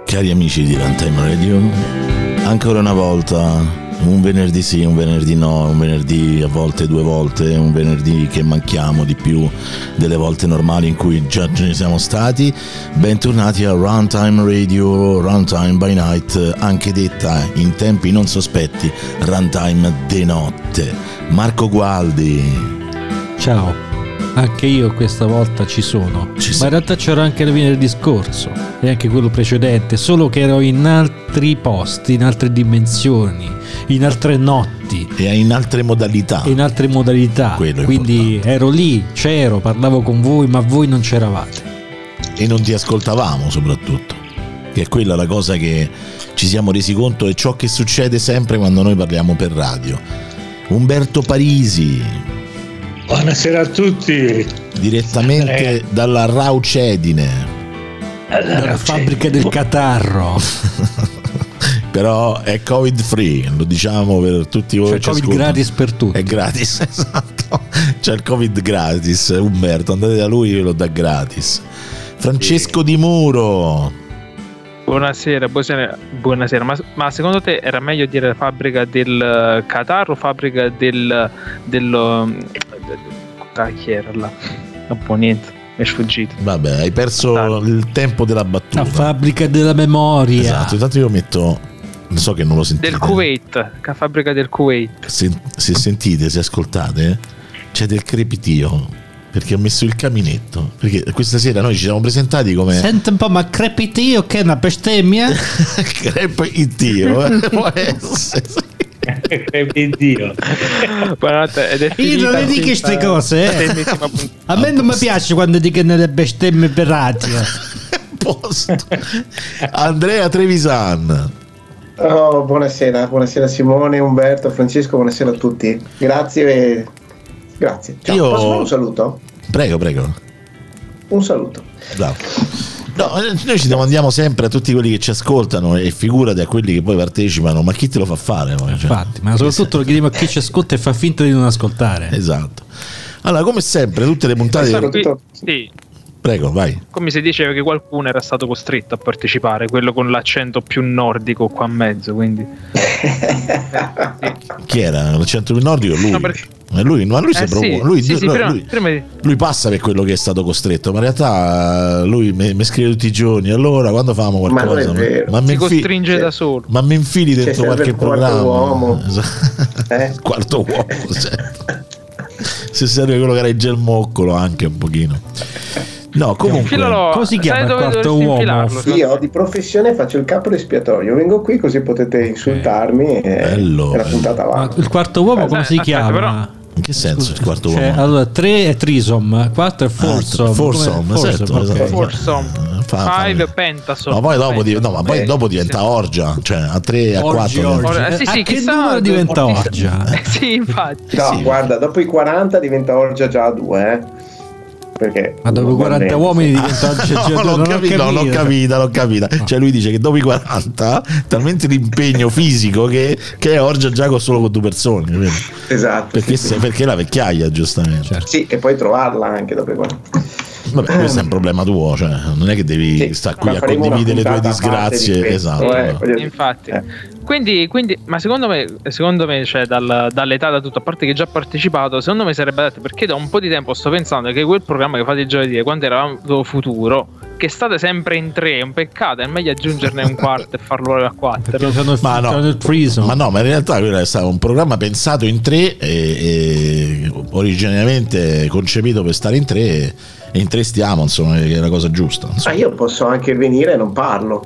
Cari amici di Runtime Radio, ancora una volta, un venerdì sì, un venerdì no, un venerdì a volte due volte, un venerdì che manchiamo di più delle volte normali in cui già ce ne siamo stati. Bentornati a Runtime Radio, Runtime by Night, anche detta in tempi non sospetti, Runtime de notte. Marco Gualdi. Ciao. Anche io questa volta ci sono, ma in realtà c'ero anche il venerdì scorso e anche quello precedente, solo che ero in altri posti, in altre dimensioni, in altre notti e in altre modalità. Quindi ero lì, c'ero, parlavo con voi, ma voi non c'eravate. E non ti ascoltavamo soprattutto, che è quella la cosa che ci siamo resi conto, è ciò che succede sempre quando noi parliamo per radio. Umberto Parisi. Buonasera a tutti. Direttamente dalla Raucedine, dalla fabbrica del catarro. Però è Covid free, lo diciamo per tutti voi. C'è il Covid gratis per tutti. È gratis, esatto. C'è il Covid gratis, Umberto, andate da lui, ve lo dà gratis. Francesco Di Muro. Buonasera. Ma secondo te era meglio dire fabbrica del catarro o fabbrica dello chi era là? Un po' niente, mi è sfuggito. Vabbè, hai perso il tempo della battuta. La fabbrica della memoria. Esatto, intanto io metto, so che non lo sentite. Del Kuwait, la fabbrica del Kuwait. Se sentite, se ascoltate, c'è del crepitio, perché ho messo il caminetto, perché questa sera noi ci siamo presentati come... Senti un po', ma crepitio che è una bestemmia? Crepitio, può essere. Crepitio. Io non le dico queste cose, a me non mi piace quando dicono le bestemmie per radio. Posto. Andrea Trevisan. Oh, buonasera Simone, Umberto, Francesco, buonasera a tutti. Grazie. Ciao. Posso fare un saluto? Prego. Un saluto. Bravo. No, noi ci domandiamo sempre a tutti quelli che ci ascoltano, e figurati a quelli che poi partecipano, ma chi te lo fa fare? Cioè, infatti, ma soprattutto lo chiediamo a chi ci ascolta e fa finta di non ascoltare. Esatto. Allora, come sempre, tutte le puntate... Sì. Prego, vai. Come si diceva che qualcuno era stato costretto a partecipare, quello con l'accento più nordico qua a mezzo, quindi... Chi era? L'accento più nordico? Lui. No, perché... lui lui passa per quello che è stato costretto, ma in realtà lui mi scrive tutti i giorni. Allora quando famo qualcosa ma si costringe da solo, ma mi infili dentro qualche programma. Uomo. Quarto uomo, certo. Se serve quello che era il gelmoccolo anche un pochino. No, comunque come si chiama il quarto uomo? Io di professione faccio il capo espiatorio, vengo qui così potete insultarmi e la puntata va. Il quarto uomo come si chiama? Però... In che senso il quarto uomo? Allora 3 è trisom, 4 è foursome. Foursome. 5 pentasom. Ma poi dopo diventa orgia, cioè a 3 a 4. Sì, che numero diventa orgia? Sì, infatti. No, sì. Guarda, dopo i 40 diventa orgia già a 2, perché ma dopo i 40 uomini diventa l'ho capita. No. Cioè lui dice che dopo i 40 talmente l'impegno fisico che è orgia già solo con 2 persone, vero? Esatto, perché la vecchiaia, giustamente, certo. Sì, e poi trovarla anche dopo i 40. Vabbè, questo è un problema tuo, cioè non è che devi stare qui a condividere le tue disgrazie, esatto. Infatti. Quindi, ma secondo me cioè, dall'età, da tutto, a parte che già partecipato, secondo me sarebbe detto, perché da un po' di tempo sto pensando che quel programma che fate il giovedì, quando eravamo futuro, che state sempre in 3, è un peccato, è meglio aggiungerne un quarto e farlo a 4. Ma in realtà quello è stato un programma pensato in 3 e originariamente concepito per stare in 3 e in 3 stiamo, insomma, che è la cosa giusta. Ma io posso anche venire e non parlo.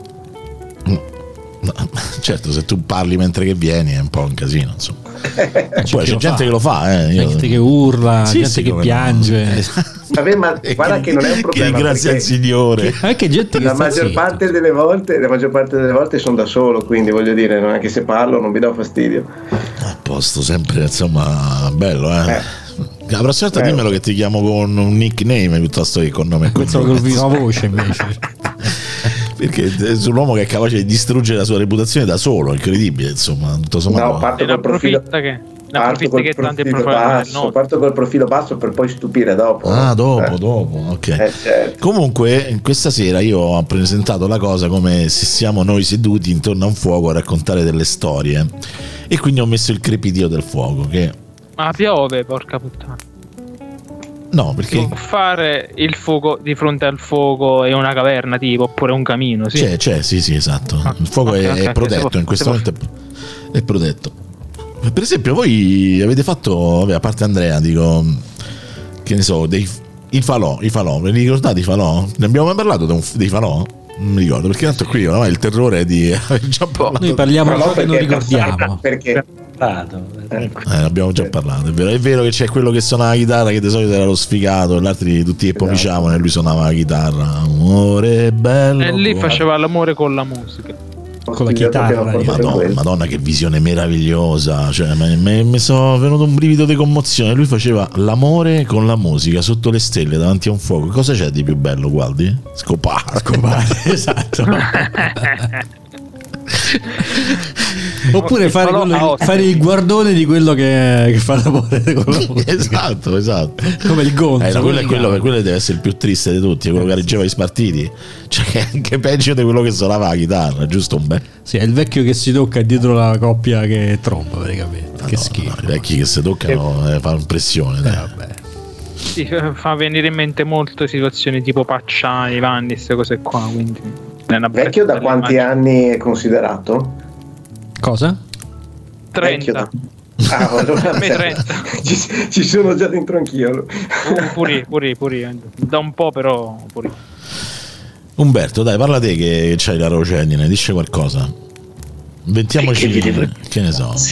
No, certo, se tu parli mentre che vieni è un po' un casino, insomma. Poi c'è gente che lo fa, gente che urla, gente che piange. Vabbè, ma guarda che non è un problema. Grazie al Signore. Anche gente che la maggior parte delle volte sono da solo, quindi voglio dire, non è che se parlo non mi do fastidio. A posto, sempre, insomma, bello, La prossima volta dimmelo che ti chiamo con un nickname piuttosto che con nome e cognome. Con viva voce invece. Perché è un uomo che è capace di distruggere la sua reputazione da solo, incredibile, insomma, tutto sommato. No, parto col profilo. parto col profilo basso per poi stupire dopo. Dopo, ok. Certo. Comunque questa sera io ho presentato la cosa come se siamo noi seduti intorno a un fuoco a raccontare delle storie, e quindi ho messo il crepitio del fuoco che... Ma piove, porca puttana. No, perché... Si può fare il fuoco di fronte al fuoco e una caverna tipo, oppure un camino, sì? C'è, sì, esatto. Il fuoco è protetto, in questo momento è protetto. Per esempio voi avete fatto, vabbè, a parte Andrea, dico, che ne so, i falò, ve li ricordate i falò? Ne abbiamo mai parlato dei falò? Non mi ricordo, perché tanto qui oramai il terrore è di aver già parlato. Noi parliamo di che non ricordiamo. Perché abbiamo già parlato. È vero che c'è quello che suona la chitarra, che di solito era lo sfigato, e gli altri tutti che pomiciavano e lui suonava la chitarra. Amore bello. E lì faceva l'amore con la musica, con la chitarra. Madonna, che visione meravigliosa. Cioè, mi sono venuto un brivido di commozione. Lui faceva l'amore con la musica sotto le stelle davanti a un fuoco. Cosa c'è di più bello, guardi? Scopare. Esatto. Oppure fare il guardone di quello che fa l'amore con la musica. Esatto. Come il gonzo. Quello deve essere il più triste di tutti, quello che reggeva i spartiti. Cioè, che è anche peggio di quello che suonava la chitarra, giusto un bel? Sì, è il vecchio che si tocca dietro la coppia che tromba, praticamente. Che schifo. I vecchi che si toccano fa impressione. Vabbè. Sì, fa venire in mente molte situazioni tipo Pacciani, Vanni, queste cose qua. Quindi vecchio da quanti anni è considerato? Cosa? 30. Allora, a me 30. Ci sono già dentro anch'io. Pure. Da un po', però pure. Umberto, dai, parla te che c'hai la Rocenine, dice qualcosa. Inventiamoci, che ne so.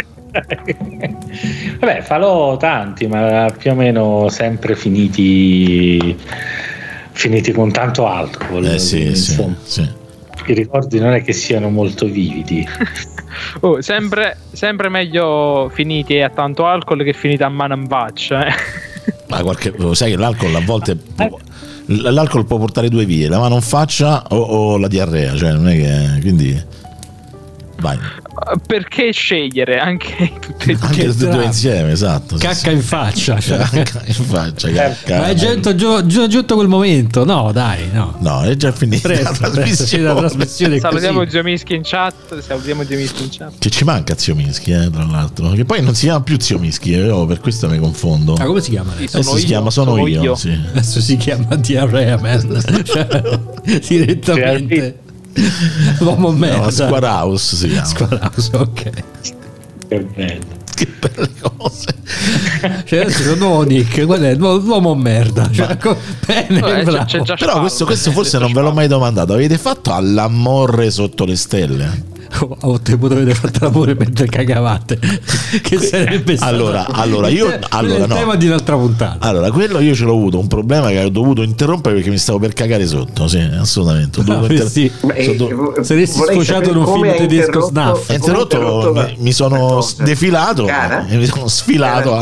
Vabbè, falò tanti, ma più o meno sempre finiti con tanto alcol. Sì. I ricordi non è che siano molto vividi. Sempre meglio finiti a tanto alcol che finiti a mano in faccia. Ma sai che l'alcol a volte l'alcol può portare due vie, la mano in faccia o la diarrea, cioè non è che, quindi vai. Perché scegliere anche tutte e due insieme, esatto. Cacca in faccia, cacca in faccia, cacca. Ma è giunto quel momento. No, dai, no. No, è già finita la trasmissione. Salutiamo Zio Mischi in chat. Che ci manca Zio Mischi, tra l'altro. Che poi non si chiama più Zio Mischi, io per questo mi confondo. Ma come si chiama adesso? Si chiama Sono io. Sì. Adesso si chiama Diarrea Man. Direttamente. L'uomo merda. Squarehouse si chiama. Squarehouse, ok. Che bello. Che belle cose. Cioè adesso sono Nick, qual è l'uomo merda? Cioè, bene, c'è però questo forse non ve l'ho mai domandato. Avete fatto all'amore sotto le stelle? O te potete fare l'amore mentre cagavate, che sarebbe stato il tema di un'altra puntata. Allora, quello io ce l'ho avuto un problema che ho dovuto interrompere perché mi stavo per cagare sotto. Sì, assolutamente. Saresti scocciato in un film tedesco snuff. Mi sono defilato e mi sono sfilato.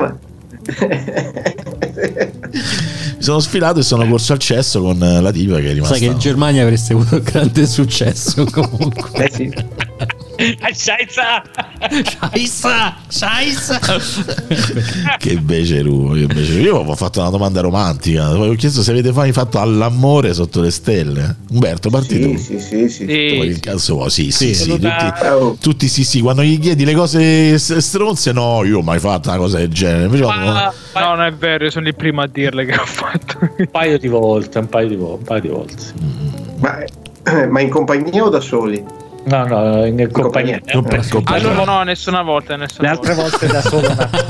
Mi sono sfilato e sono corso al cesso con la tipa che è rimasta. Sai che in Germania avreste avuto grande successo comunque. Sì. Scheisse. Che becero. Io ho fatto una domanda romantica. Ho chiesto se avete mai fatto all'amore sotto le stelle. Umberto, parti tu. Sì. Che cazzo vuoi? Sì. Tutti sì. Quando gli chiedi le cose stronze, no, io ho mai fatto una cosa del genere. No, non è vero, io sono il primo a dirle che ho fatto. Un paio di volte. Ma in compagnia o da soli? No, in compagnia. Allora no, nessuna volta. Le altre volte da solo.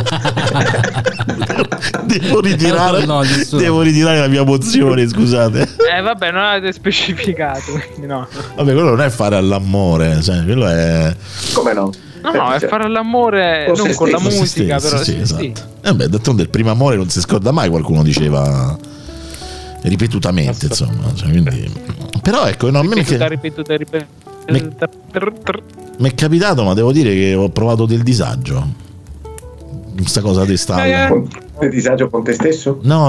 Devo ritirare la mia mozione, scusate. Vabbè, non avete specificato, quindi no. Vabbè, quello non è fare all'amore, cioè, quello è... Come no? No, è fare all'amore non con la musica, però sì, esatto. D'altronde il primo amore non si scorda mai, qualcuno diceva ripetutamente, insomma, cioè, quindi... Però ecco, no, a me mi è capitato, ma devo dire che ho provato del disagio. questa cosa di stare. Sei disagio con te stesso? No,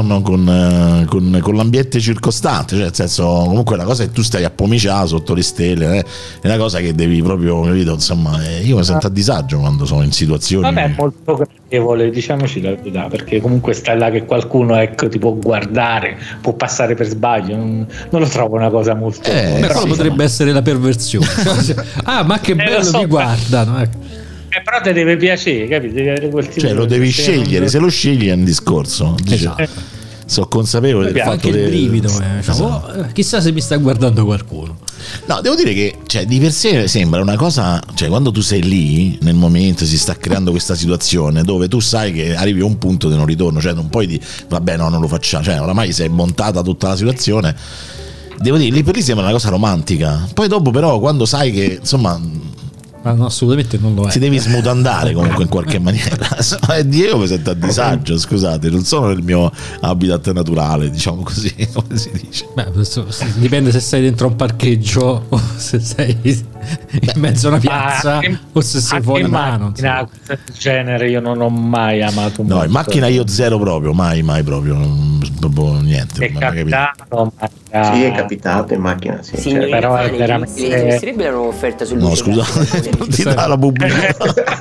con l'ambiente circostante, cioè nel senso, comunque la cosa è che tu stai a Pomicià sotto le stelle, è una cosa che devi proprio, capito, insomma, io mi sento a disagio quando sono in situazioni. Vabbè, è molto gradevole, diciamoci la verità, perché comunque stai là che qualcuno, ecco, ti può guardare, può passare per sbaglio, non lo trovo una cosa molto però sì, potrebbe essere la perversione. Ma che bello, mi guardano, ecco. Però ti deve piacere, capito? Devi avere quel tipo, cioè lo devi scegliere, se lo scegli è un discorso. Esatto. Sono consapevole del fatto che il brivido, chissà se mi sta guardando qualcuno. No, devo dire che, cioè, di per sé sembra una cosa, cioè quando tu sei lì nel momento si sta creando questa situazione dove tu sai che arrivi a un punto di non ritorno, cioè non puoi dire vabbè no, non lo facciamo, cioè oramai si è montata tutta la situazione. Devo dire, lì per lì sembra una cosa romantica. Poi dopo però quando sai che insomma no, assolutamente non lo è. Si devi smutandare comunque in qualche maniera. Io mi sento a disagio, scusate, non sono nel mio habitat naturale, diciamo così, come si dice. Beh, dipende se sei dentro un parcheggio o se sei in mezzo a una piazza o se sei fuori mano. In macchina del genere io non ho mai amato molto. In macchina io zero proprio, mai proprio niente. È capitato, sì, è capitato in macchina, sì. Signori, però è veramente le distribuire un'offerta sul no, scusate, non ti dà la pubblicità.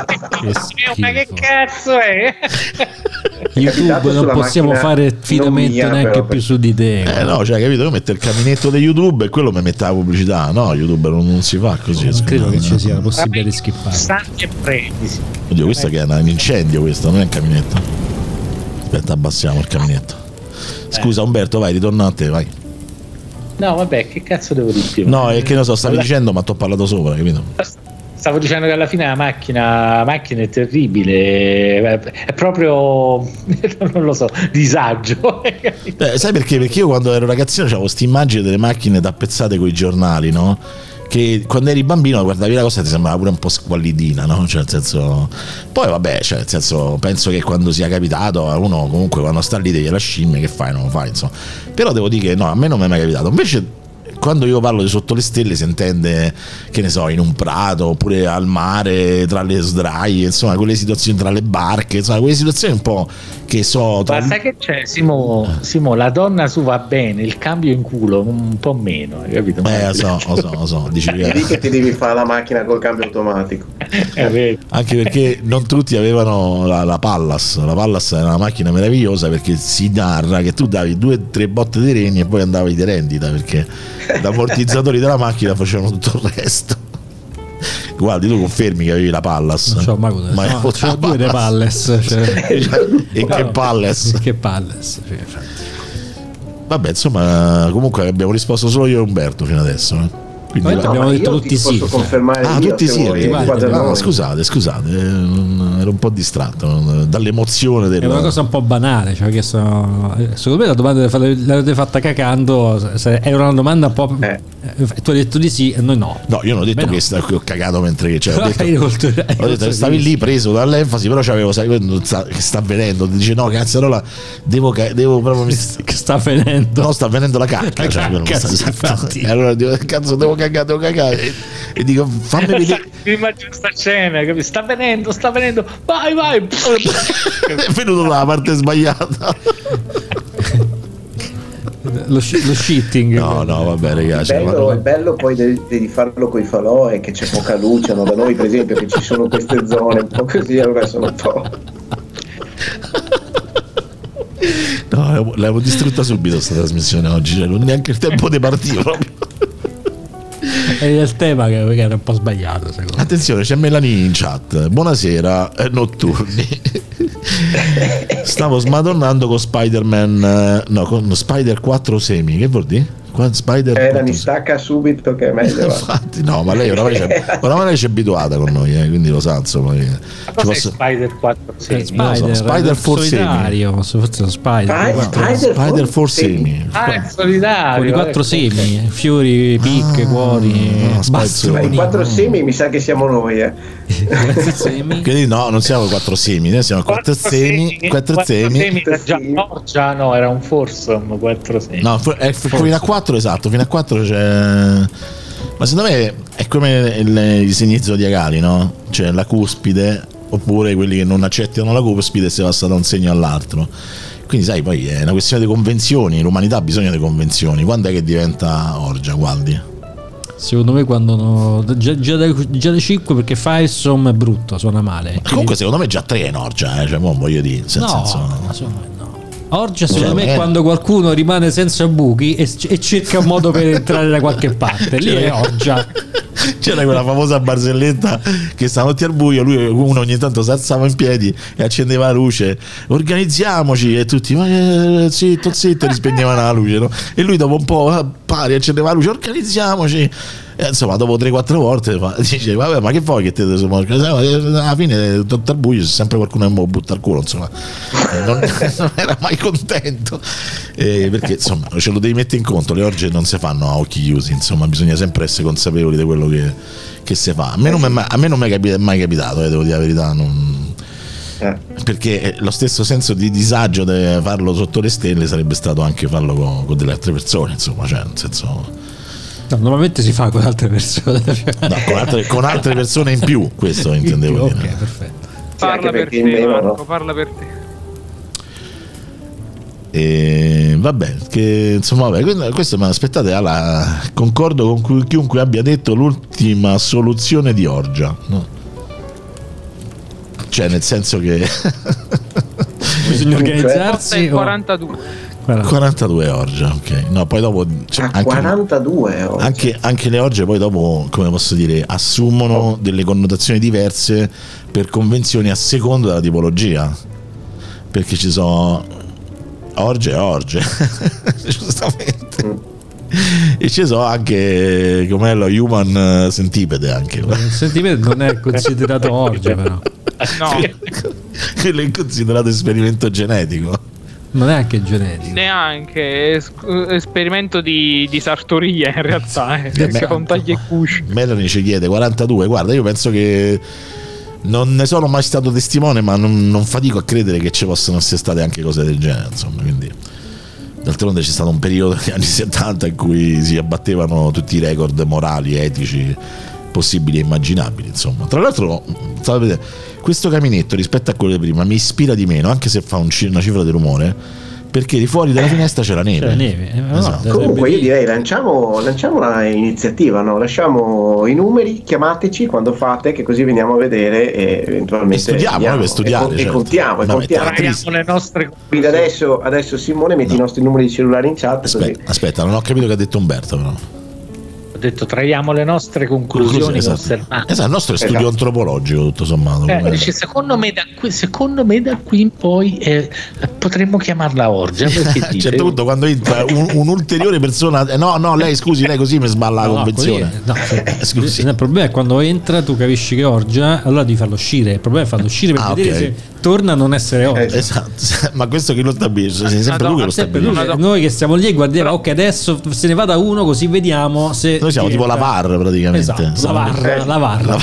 Ma che cazzo è? YouTube non possiamo fare affidamento neanche più su di te. No, cioè, capito? Io metto il caminetto di YouTube e quello mi mette la pubblicità. No, YouTube non si fa così. Non credo che ci sia la possibilità di skippare. Stanchi e prendi. Oddio, questo che è un incendio, questo non è un caminetto. Aspetta, abbassiamo il caminetto. Scusa Umberto, vai, ritorna a te, vai. No, vabbè, che cazzo devo dire più? No, è che non so, stavi dicendo, ma ti ho parlato sopra, capito? Stavo dicendo che alla fine la macchina è terribile, è proprio, non lo so, disagio. Sai perché? Perché io quando ero ragazzino avevo questa immagine delle macchine tappezzate coi giornali, no? Che quando eri bambino guardavi la cosa e ti sembrava pure un po' squallidina, no? Cioè nel senso, poi vabbè, cioè nel senso, penso che quando sia capitato a uno comunque quando sta lì devi la scimmia, che fai, non lo fai, insomma. Però devo dire che no, a me non mi è mai capitato. Invece quando io parlo di sotto le stelle si intende, che ne so, in un prato oppure al mare, tra le sdraie, insomma quelle situazioni, tra le barche, insomma quelle situazioni un po' che so ma sai che c'è, Simo, la donna su va bene, il cambio in culo un po' meno, hai capito? Lo so dici che ti devi fare la macchina col cambio automatico. Anche perché non tutti avevano la Pallas. La Pallas era una macchina meravigliosa perché si narra che tu davi 2 o 3 botte di reni e poi andavi di rendita, perché gli ammortizzatori della macchina facevano tutto il resto. Guardi, tu confermi che avevi la Pallas? Non c'ho mai c'ho 2 dei Pallas, cioè. E che Pallas? Che Pallas, cioè. Vabbè, insomma, comunque abbiamo risposto solo io e Umberto fino adesso. Quindi abbiamo detto tutti sì. Posso confermare tutti sì. No, scusate, ero un po' distratto dall'emozione è una cosa un po' banale, cioè che secondo me la domanda l'avete fatta cagando, era una domanda un po' tu hai detto di sì e noi no. No, io non ho detto che ho cagato mentre che ho detto che stavi lì preso dall'enfasi, però c'avevo, sai, che sta avvenendo, dice no, cazzarola, devo proprio che sta avvenendo, no, sta avvenendo la cacca, infatti. Allora cazzo devo cagare e dico fammi vedere, immagino sta scena, capi? sta venendo, vai è venuto dalla parte sbagliata. Lo shitting. No, vabbè, ragazzi. Il bello poi devi farlo coi falò è che c'è poca luce, no? Da noi per esempio che ci sono queste zone un po' così, allora sono un po'. No, l'avevo distrutta subito sta trasmissione oggi, cioè non neanche il tempo di partire proprio. È il tema che era un po' sbagliato, secondo me. Attenzione, c'è Melanie in chat. Buonasera, notturni. Stavo smadonnando con Spider-Man, con Spider 4 semi. Che vuol dire? Spider mi stacca subito che è meglio. Infatti, no, ma lei oramai c'è abituata con noi, quindi lo sa, insomma. Spider 4 semi. Spider 4 semi. Forse Spider 4 semi. È solidario. Con i 4 semi, fiori, picche, cuori, bastoni. I 4 semi mi sa che siamo noi, Quindi no, non siamo 4 semi, noi siamo 4 semi. 4 semi. Già no, era un foursome 4 semi. No, fino a 4, esatto, fino a 4 c'è. Ma secondo me è come i segni zodiacali, no? Cioè la cuspide oppure quelli che non accettano la cuspide e si passa da un segno all'altro. Quindi sai, poi è una questione di convenzioni, l'umanità ha bisogno di convenzioni. Quando è che diventa orgia, Gualdi? Secondo me quando già dai 5, perché Firestorm è brutto, suona male. Comunque secondo me già 3 è in orgia, cioè, non voglio dire, Orgia secondo me è quando qualcuno rimane senza buchi e cerca un modo per entrare da qualche parte. Lì è orgia. C'era quella famosa barzelletta che stanotte al buio uno ogni tanto si alzava in piedi e accendeva la luce, organizziamoci, e tutti ma zitto rispegnevano la luce, no? E lui dopo un po' pari accendeva la luce, organizziamoci, e insomma dopo 3-4 volte dice vabbè, ma che vuoi che te alla fine tutto al buio c'è sempre qualcuno che mi butta al culo, insomma. Non era mai contento, perché insomma ce lo devi mettere in conto, le orge non si fanno a occhi chiusi, insomma bisogna sempre essere consapevoli di quello che si fa. A me non mi è mai capitato, devo dire la verità, perché lo stesso senso di disagio di farlo sotto le stelle sarebbe stato anche farlo con delle altre persone, insomma, cioè nel senso. No, normalmente si fa con altre persone, no, con altre persone in più, questo intendevo dire. Ok, perfetto. Parla per te, Marco, parla per te. E vabbè, che insomma, vabbè, questo, ma aspettate, concordo con chiunque abbia detto l'ultima soluzione di orgia, no? Cioè nel senso che bisogna organizzarsi. 42 orge, ok. No, poi dopo anche, 42 orge. Anche le orge poi dopo, come posso dire, assumono delle connotazioni diverse per convenzioni a seconda della tipologia, perché ci sono orge giustamente, e ci sono anche com'è lo human centipede, anche il centipede non è considerato orge, però no, quello è considerato esperimento genetico. Non è anche genetico, neanche esperimento di sartoria in realtà, con tagli e cuci. Melanie ci chiede 42. Guarda, io penso che non ne sono mai stato testimone, ma non fatico a credere che ci possano essere state anche cose del genere, insomma. Quindi d'altronde c'è stato un periodo negli anni 70 in cui si abbattevano tutti i record morali, etici possibili e immaginabili, insomma. Tra l'altro, sapete, questo caminetto rispetto a quello di prima mi ispira di meno, anche se fa una cifra di rumore, perché di fuori dalla finestra c'è la neve. C'è la neve. Esatto. No, comunque io direi lanciamo una iniziativa, no? Lasciamo i numeri, chiamateci quando fate, che così veniamo a vedere e eventualmente studiamo per studiare, e contiamo. Le nostre. Quindi adesso Simone metti i nostri numeri di cellulare in chat. Aspetta, non ho capito che ha detto Umberto, però. Ho detto traiamo le nostre conclusioni, esatto, il nostro è studio antropologico, tutto sommato. Secondo me da qui in poi potremmo chiamarla orgia, perché a un certo punto quando entra un'ulteriore persona, no, lei così mi sballa la convenzione. Scusi. Il problema è quando entra, tu capisci che è orgia, allora devi farlo uscire. Il problema è farlo uscire per vedere se torna a non essere orgia. Esatto. Ma questo chi lo stabilisce? Sei sempre lui che lo stabilisce. Noi che stiamo lì e guardiamo, ok, adesso se ne vada uno, così vediamo se. Noi siamo tipo la VAR praticamente. Esatto, la VAR.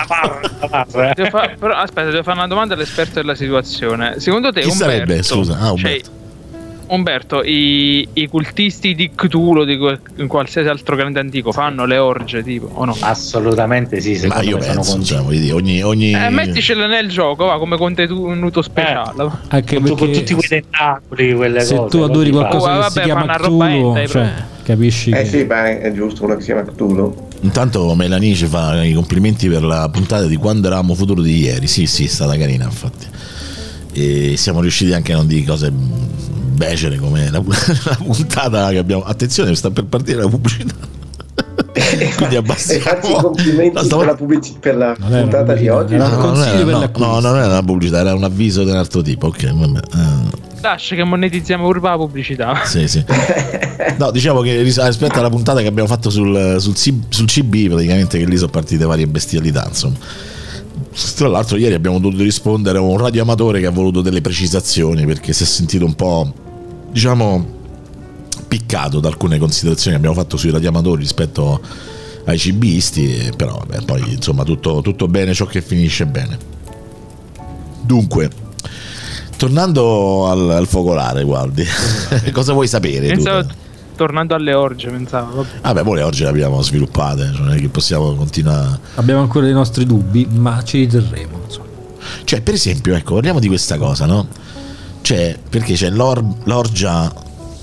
Però aspetta, devo fare una domanda all'esperto della situazione. Secondo te, chi sarebbe? Scusa, Umberto, i cultisti di Cthulhu, di qualsiasi altro grande antico, fanno le orge tipo o no? Assolutamente sì. Ma io penso, cioè, ogni metticele nel gioco, va, come contenuto speciale. Anche con tutti quei tentacoli, quelle se cose. Se tu adori qualcosa che si chiama Cthulhu, cioè, capisci? Sì, beh, è giusto, uno che si chiama Cthulhu. Intanto Melanie ci fa i complimenti per la puntata di Quando eravamo futuro di ieri. Sì, è stata carina, infatti. E siamo riusciti anche a non dire cose becere come la puntata che abbiamo. Attenzione, sta per partire la pubblicità. Quindi abbassiamo. Complimenti per la puntata di oggi. No, non era una pubblicità, era un avviso di un altro tipo. Ok, vabbè. Lascia che monetizziamo urba la pubblicità. Sì. No, diciamo che rispetto alla puntata che abbiamo fatto sul CB, praticamente, che lì sono partite varie bestialità, insomma. Tra l'altro ieri abbiamo dovuto rispondere a un radioamatore che ha voluto delle precisazioni, perché si è sentito un po', diciamo, piccato da alcune considerazioni che abbiamo fatto sui radioamatori rispetto ai cibisti, però vabbè, poi insomma tutto bene ciò che finisce bene. Dunque, tornando al focolare, guardi, cosa vuoi sapere? Tornando alle orge, pensavo. Vabbè, poi le orge le abbiamo sviluppate, cioè non è che possiamo continuare. Abbiamo ancora i nostri dubbi, ma ci riterremo, insomma. Cioè, per esempio, ecco, parliamo di questa cosa, no? Cioè, perché c'è l'orgia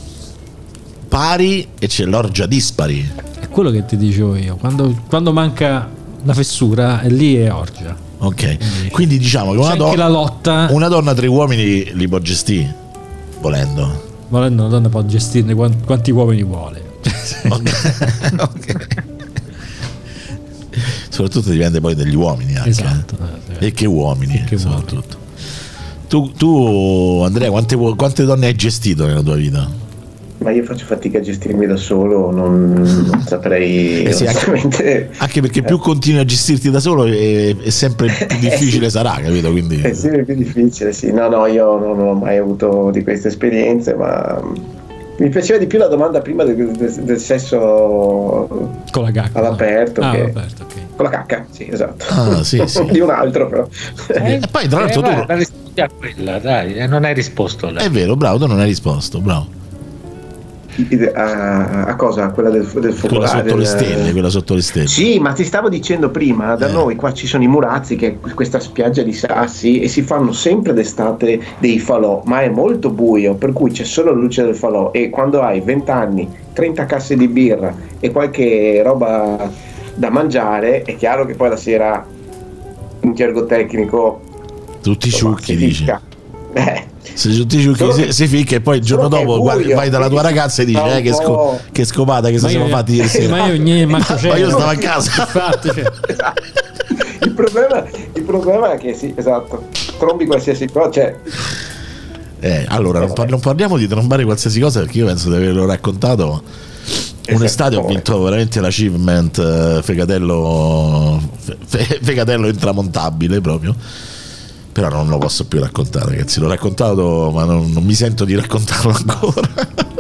pari e c'è l'orgia dispari. È quello che ti dicevo io. Quando manca la fessura, e lì è orgia. Ok, quindi diciamo che una donna 3 uomini li può gestire, volendo una donna può gestirne quanti uomini vuole. Ok. Soprattutto dipende poi degli uomini anche. Esatto. E che uomini soprattutto. Tu Andrea, quante donne hai gestito nella tua vita? Ma io faccio fatica a gestirmi da solo, non saprei sì, anche perché più continui a gestirti da solo è sempre più difficile sì. Sarà, capito? Quindi è sempre più difficile, sì. No, io non ho mai avuto di queste esperienze, ma mi piaceva di più la domanda prima del sesso con la cacca all'aperto, okay. Con la cacca, sì, esatto. Sì. Di un altro però. E poi tra l'altro tu rispondi a quella, dai, non hai risposto lei. È vero, bravo, tu non hai risposto, bravo. A cosa? A quella del focolare, quella sotto le stelle. Sì, ma ti stavo dicendo prima, da noi qua ci sono i Murazzi, che è questa spiaggia di sassi, e si fanno sempre d'estate dei falò, ma è molto buio, per cui c'è solo la luce del falò, e quando hai 20 anni, 30 casse di birra e qualche roba da mangiare, è chiaro che poi la sera, in gergo tecnico, tutti ciucchi, dici. Se tutti ciucchi si ficca, e poi il giorno dopo vai dalla tua ragazza e dici che scopata che siamo fatti ieri sera. Ma io stavo a casa. Il problema è che sì, esatto, trombi qualsiasi cosa, cioè. Allora non parliamo di trombare qualsiasi cosa, perché io penso di averlo raccontato. Un'estate ho vinto veramente l'achievement fegatello intramontabile proprio. Però non lo posso più raccontare, ragazzi. L'ho raccontato, ma non mi sento di raccontarlo ancora.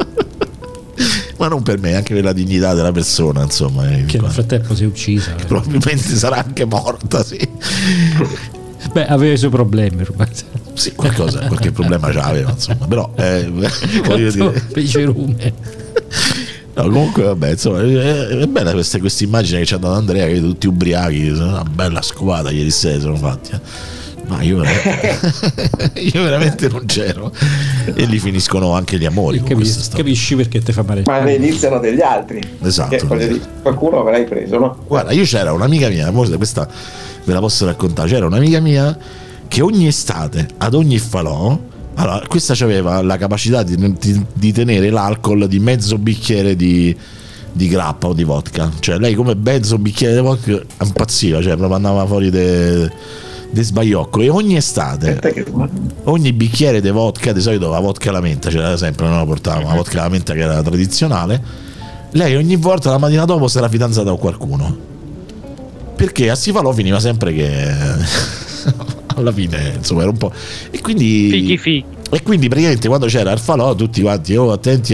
Ma non per me, anche per la dignità della persona, insomma. Che nel frattempo si è uccisa. Probabilmente sarà anche morta, sì. Beh, aveva i suoi problemi. Sì, qualche problema ce l'aveva, insomma. Però voglio dire, pecerume. No, comunque vabbè, insomma, è bella questa immagine che ci ha dato Andrea, che tutti ubriachi, una bella scovata ieri sera sono fatti. Ma io veramente non c'ero, e lì finiscono anche gli amori. Capisci perché te fa male? Ma ne iniziano degli altri. Esatto. Qualcuno avrai preso, no? Guarda, io c'era un'amica mia, questa ve la posso raccontare. C'era un'amica mia che ogni estate, ad ogni falò, allora, questa aveva la capacità di tenere l'alcol di mezzo bicchiere di grappa o di vodka. Cioè lei, come mezzo bicchiere di vodka, impazziva, cioè proprio andava fuori de sbaiocco. E ogni estate, ogni bicchiere di vodka, di solito la vodka alla menta c'era sempre, non la portavamo, la vodka alla menta che era tradizionale, lei ogni volta la mattina dopo si era fidanzata con qualcuno, perché a Sifalò finiva sempre che alla fine, insomma, era un po', e quindi e quindi praticamente quando c'era il falò tutti quanti attenti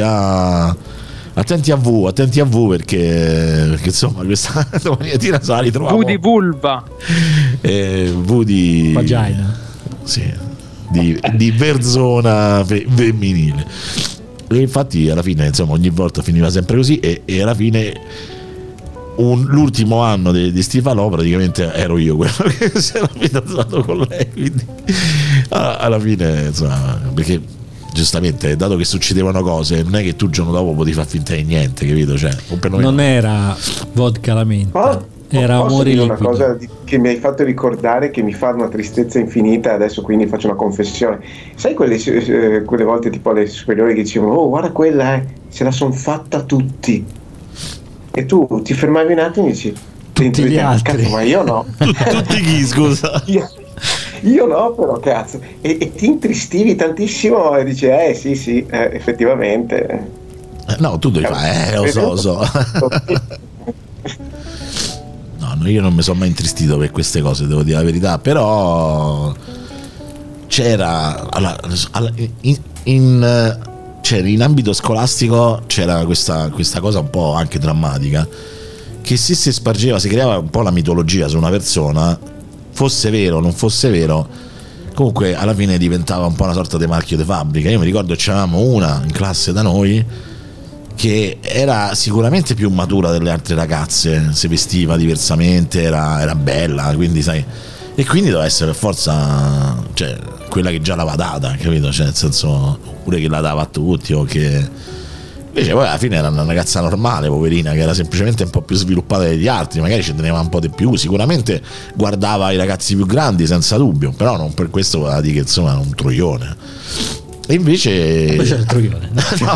a V, perché insomma questa domaniera se la ritrovavo. V di vulva, V di vagina, sì, di verzona femminile. E infatti alla fine, insomma, ogni volta finiva sempre così, e alla fine l'ultimo anno di Stifalò praticamente ero io quello che si era fidanzato con lei, quindi alla fine, insomma, perché giustamente, dato che succedevano cose, non è che tu il giorno dopo potevi far finta di niente, capito? Cioè, non era vodka alla menta, era amore liquido. Una cosa che mi hai fatto ricordare, che mi fa una tristezza infinita, adesso quindi faccio una confessione. Sai quelle volte tipo alle superiori che dicevano: oh, guarda quella, se la son fatta tutti, e tu ti fermavi un attimo e dici: tutti gli altri. Cazzo, ma io no. Tutti chi, scusa? Io no, però cazzo, e ti intristivi tantissimo, e dici sì, effettivamente. No, tu devi fare, lo so. No, io non mi sono mai intristito per queste cose, devo dire la verità, però c'era in ambito scolastico c'era questa cosa un po' anche drammatica, che se si spargeva, si creava un po' la mitologia su una persona, fosse vero o non fosse vero, comunque alla fine diventava un po' una sorta di marchio di fabbrica. Io mi ricordo che c'avevamo una in classe da noi che era sicuramente più matura delle altre ragazze, si vestiva diversamente, era bella, quindi sai, E quindi doveva essere per forza, cioè, quella che già l'aveva data, capito? Cioè, nel senso, oppure che la dava a tutti, o che... Invece poi alla fine era una ragazza normale, poverina, che era semplicemente un po' più sviluppata degli altri, magari ci teneva un po' di più, sicuramente guardava i ragazzi più grandi senza dubbio, però non per questo voleva dire che insomma era un troione. E invece era il troione.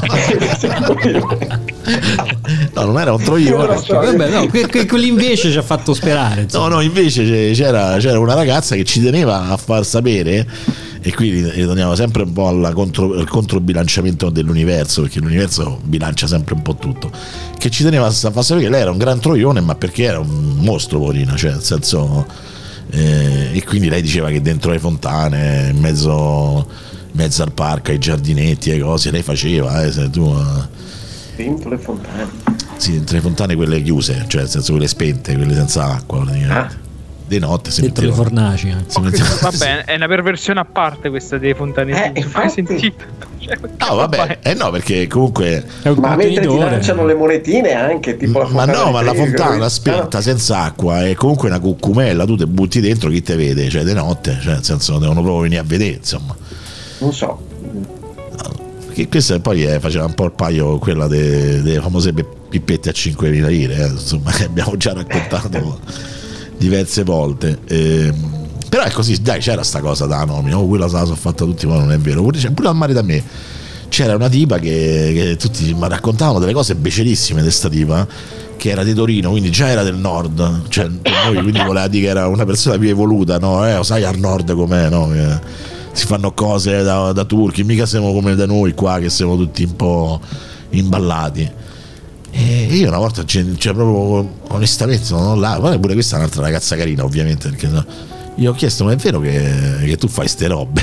No, non era un troione. Vabbè, no, quell'invece ci ha fatto sperare, insomma. No, invece c'era una ragazza che ci teneva a far sapere, e qui ritorniamo sempre un po' al controbilanciamento dell'universo, perché l'universo bilancia sempre un po' tutto, che ci teneva a far sapere che lei era un gran troione, ma perché era un mostro, poverina, cioè nel senso, e quindi lei diceva che dentro le fontane, in mezzo al parco, ai giardinetti e cose, lei faceva, se tu... Dentro le fontane? Sì, dentro le fontane quelle chiuse, cioè nel senso quelle spente, quelle senza acqua praticamente. Di notte si dentro le fornaci. Va bene, è una perversione a parte questa dei fontane. Mai sentito? No, vabbè, no, perché comunque ma mentre ti lanciano le monetine anche, tipo la fontana. Ma no, ma la fontana spenta senza acqua è comunque una cucumella, tu te butti dentro, chi te vede? Cioè di notte, cioè nel senso devono proprio venire a vedere, insomma. Non so. Perché questa poi faceva un po' il paio quella delle famose pippette a 5.000 lire, insomma, che abbiamo già raccontato diverse volte. Però è così, dai, c'era sta cosa da nomina, quella se la sono fatta tutti, ma non è vero. Pure al mare da me c'era una tipa che tutti mi raccontavano delle cose becerissime di sta tipa, che era di Torino, quindi già era del nord, cioè per noi quindi voleva dire che era una persona più evoluta, no? Sai al nord com'è, no? Che si fanno cose da turchi, mica siamo come da noi qua che siamo tutti un po' imballati. E io una volta, cioè proprio onestamente sono là, guarda, pure questa è un'altra ragazza carina ovviamente, perché io ho chiesto, ma è vero che tu fai ste robe?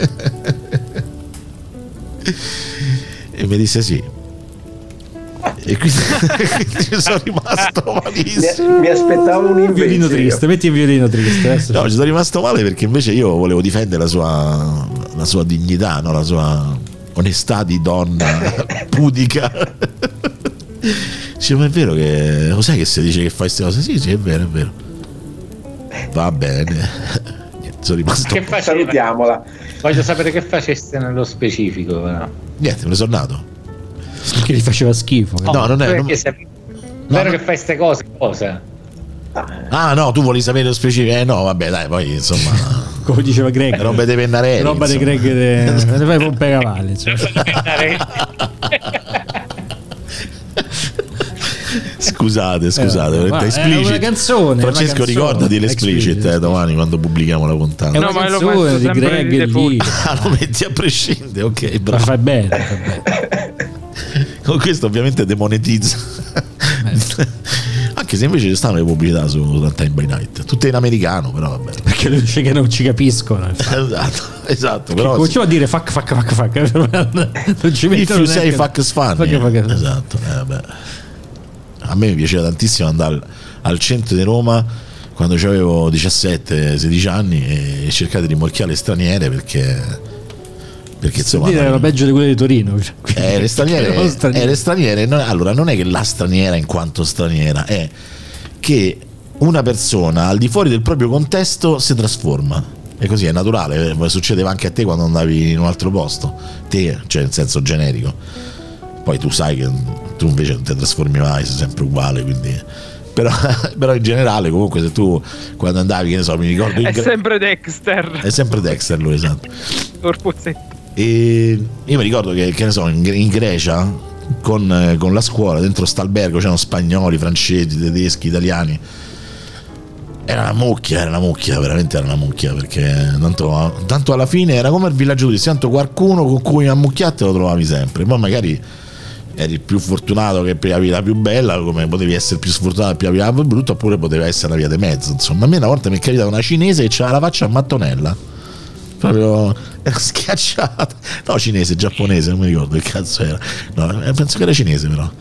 E mi disse sì. E quindi sono rimasto malissimo. Mi aspettavo un violino triste, metti il violino triste. No, ci sono rimasto male perché invece io volevo difendere la sua dignità, no? La sua onestà di donna pudica. Dice, ma è vero che lo sai che si dice che fai queste cose? Sì, è vero, è vero. Va bene. Sono rimasto. Che salutiamola. Voglio sapere che faceste nello specifico. Però. Niente, me ne sono nato. Perché gli faceva schifo. No, non è vero che fai queste cose, cosa? Ah no, tu volevi sapere lo specifico. No, vabbè, dai, poi insomma. Come diceva Greg, roba dei pennarelli. Roba di Greg ne fai pompe cavalli. Scusate, è una canzone. Francesco, ricordati l'explicit domani quando pubblichiamo la puntata. È una canzone di Greg lì. Lo metti a prescindere, ok, bravo. Ma fai bene. Con questo ovviamente demonetizza. Anche se invece ci stanno le pubblicità su Time by Night, tutte in americano, però vabbè. Perché lui dice che non ci capiscono. Esatto, però cominciamo a dire fuck. Non ci mettono. If you say fuck is fun. Esatto, vabbè. A me mi piaceva tantissimo andare al centro di Roma quando avevo 17-16 anni e cercare di rimorchiare le straniere perché insomma erano peggio di quelle di Torino. Le straniere allora non è che la straniera in quanto straniera, è che una persona al di fuori del proprio contesto si trasforma, e così è naturale, succedeva anche a te quando andavi in un altro posto, te, cioè in senso generico. Poi tu sai che tu invece non ti trasformi mai, sei sempre uguale, quindi però in generale comunque se tu quando andavi, che ne so, mi ricordo è sempre Dexter lui, esatto. Corpuzzetto. E io mi ricordo che ne so, in Grecia con la scuola dentro st'albergo c'erano spagnoli, francesi, tedeschi, italiani. Era una mucchia, veramente era una mucchia, perché tanto alla fine era come il villaggio turistico, tanto qualcuno con cui ammucchiate lo trovavi sempre. Poi magari eri più fortunato che pigliavi la più bella, come potevi essere più sfortunato che pigliavi la più brutta, oppure poteva essere una via di mezzo. Insomma, a me una volta mi è capitata una cinese che c'aveva la faccia a mattonella, proprio era schiacciata. No, cinese, giapponese, non mi ricordo che cazzo era. No, penso che era cinese, però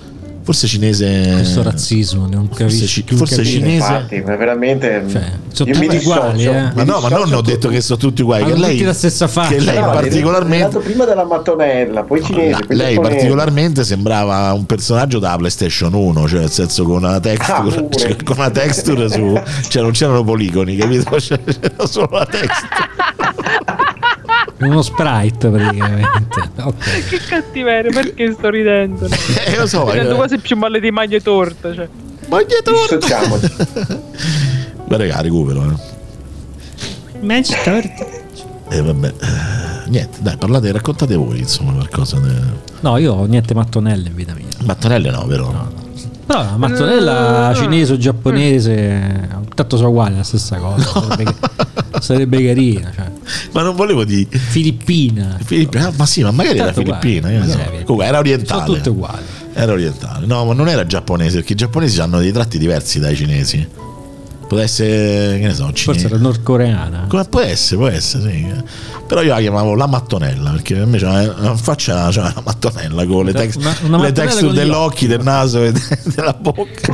Forse cinese. Questo razzismo, non capisci. Forse cinese. Infatti, ma veramente. Sono tutti uguali, Ma no, ma non ho detto che sono tutti uguali. Che hanno lei, tutti la stessa faccia. Che lei particolarmente. Prima della mattonella, poi cinese. Poi lei giapponese. Particolarmente sembrava un personaggio da PlayStation 1, cioè nel senso con una texture, con una texture su. Cioè non c'erano poligoni, capito? C'era solo la texture. Uno sprite praticamente. Okay. Che cattiveria, perché sto ridendo? Lo so, ridendo quasi più male di Magna Torta, cioè. Magna Torta. Beh, raga, recupero. Magna Torta. Vabbè. Niente, dai, parlate, raccontate voi, insomma, qualcosa. No, io ho niente mattonelle in vita mia. Mattonelle no, però. No, la mattonella cinese o giapponese, tanto sono uguali, la stessa cosa. Sarebbe carina, cioè. Ma non volevo dire Filippina. Ma sì, ma magari tanto era filippina. Comunque era orientale. Sono tutte uguali. Era orientale. No, ma non era giapponese, perché i giapponesi hanno dei tratti diversi dai cinesi. Può essere, che ne so, cinese. Forse era nordcoreana. Come può essere, sì. Però io la chiamavo la mattonella, perché invece non faccia la mattonella con le texture degli occhi, del naso e della bocca.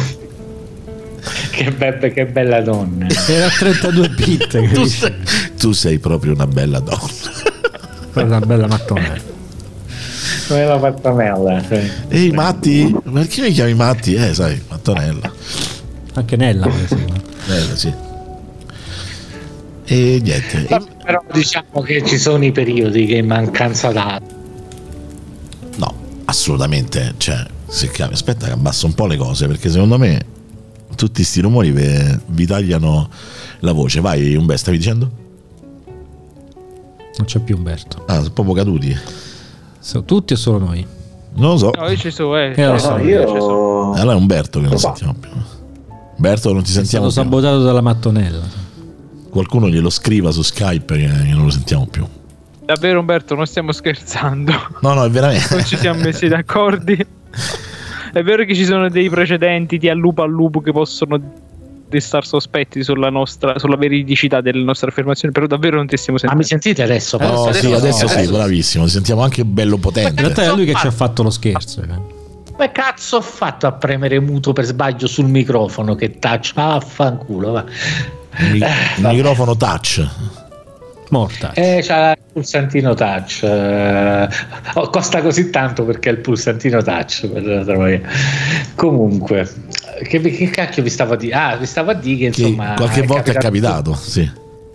Che bella donna. Era 32 bit. Tu sei proprio una bella donna. Una bella mattonella. Come la mattonella. Ehi Matti, perché mi chiami Matti? Sai, mattonella. Anche Nella, per esempio. Sì. E niente. Però diciamo che ci sono i periodi che in mancanza d'acqua. No, assolutamente. Cioè, aspetta che abbasso un po' le cose, perché secondo me tutti sti rumori vi tagliano la voce. Vai Umberto, stavi dicendo? Non c'è più Umberto. Sono proprio caduti. Sono tutti o solo noi? Non lo so. No, io ci sono, io... Allora è Umberto che non sentiamo più. Umberto, non ti sentiamo più. È stato sabotato dalla mattonella. Qualcuno glielo scriva su Skype che non lo sentiamo più. Davvero Umberto, non stiamo scherzando. No, è veramente. Non ci siamo messi d'accordo. È vero che ci sono dei precedenti di al lupo che possono destare sospetti sulla veridicità delle nostre affermazioni, però davvero non ti stiamo sentendo. Ma mi sentite adesso? Adesso sì, bravissimo, ti sentiamo anche bello potente. In realtà è lui che ci ha fatto lo scherzo. Come cazzo ho fatto a premere muto per sbaglio sul microfono? Che touch? Affanculo, va. Il microfono touch. Morta. C'ha il pulsantino touch. Costa così tanto perché è il pulsantino touch. Comunque, che cacchio vi stavo a dire? Vi stavo a dire che insomma. Qualche volta è capitato, sì.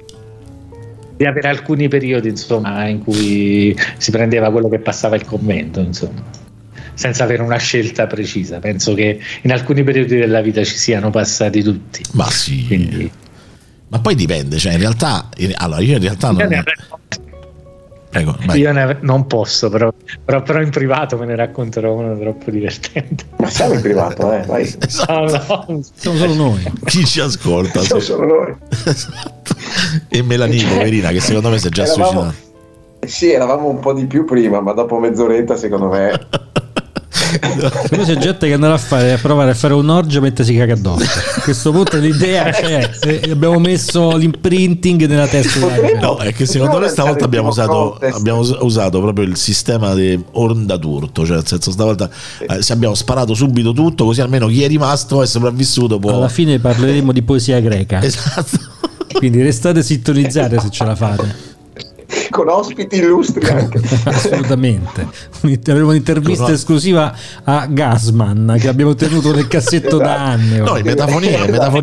Di avere alcuni periodi, insomma, in cui si prendeva quello che passava il commento, insomma, senza avere una scelta precisa. Penso che in alcuni periodi della vita ci siano passati tutti. Ma sì. Quindi... Ma poi dipende, cioè in realtà io in realtà non... Prego, vai. Io non posso, però in privato me ne racconterò uno troppo divertente. Ma siamo in privato, vai. No, siamo solo noi. Chi ci ascolta? Siamo solo noi. Esatto. E Melanie, poverina, che secondo me si è già suicidata. Sì, eravamo un po' di più prima, ma dopo mezz'oretta secondo me... Però c'è gente che andrà a provare a fare un'orgia mentre si caga addosso. A questo punto l'idea c'è, abbiamo messo l'imprinting nella testa. No, è che secondo me stavolta abbiamo usato proprio il sistema di onda d'urto, cioè nel senso stavolta se abbiamo sparato subito tutto, così almeno chi è rimasto è sopravvissuto può... Alla fine parleremo di poesia greca. Esatto. Quindi restate sintonizzati se ce la fate. Con ospiti illustri anche. Assolutamente. Avremo un'intervista esclusiva a Gasman che abbiamo tenuto nel cassetto da anni. No, metafonie.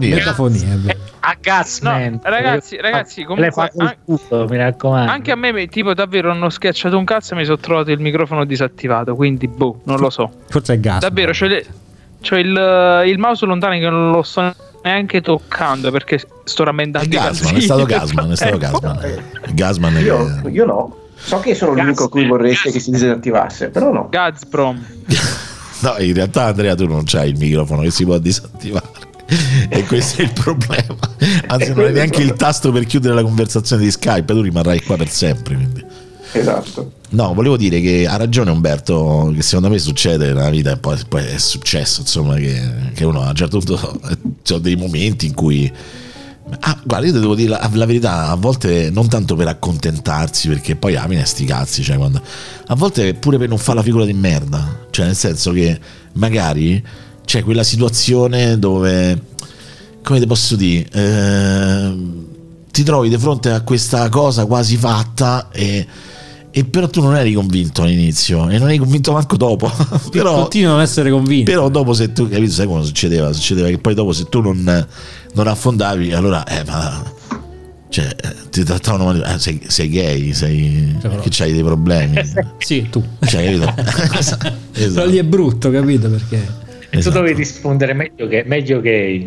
A Gasman. No, ragazzi, comunque mi raccomando. Anche a me tipo davvero hanno schiacciato un cazzo e mi sono trovato il microfono disattivato, quindi non lo so. Forse è Gasman. Davvero, c'ho il mouse lontano che non lo sto neanche toccando perché sto rammentando. È stato Gasman. Gasman io no. So che sono l'unico a cui vorreste che si disattivasse, però no. Gazprom. No, in realtà Andrea tu non c'hai il microfono che si può disattivare. E questo è il problema. Anzi, non hai neanche il tasto per chiudere la conversazione di Skype, tu rimarrai qua per sempre, quindi. Esatto. No, volevo dire che ha ragione Umberto, che secondo me succede nella vita e poi è successo, insomma, che uno a un certo punto c'ho dei momenti in cui guarda, io ti devo dire la verità, a volte non tanto per accontentarsi, perché poi a me sti cazzi, cioè a volte pure per non fare la figura di merda, cioè nel senso che magari c'è quella situazione dove, come ti posso dire, ti trovi di fronte a questa cosa quasi fatta e però tu non eri convinto all'inizio e non eri convinto manco dopo. Però continui a non essere convinto. Però dopo, se tu, capito, sai come succedeva che poi dopo, se tu non affondavi, allora cioè ti trattavano male, sei gay, che c'hai dei problemi. Sì, tu. Cioè, esatto. Però lì è brutto, capito? Perché tu dovevi rispondere meglio gay.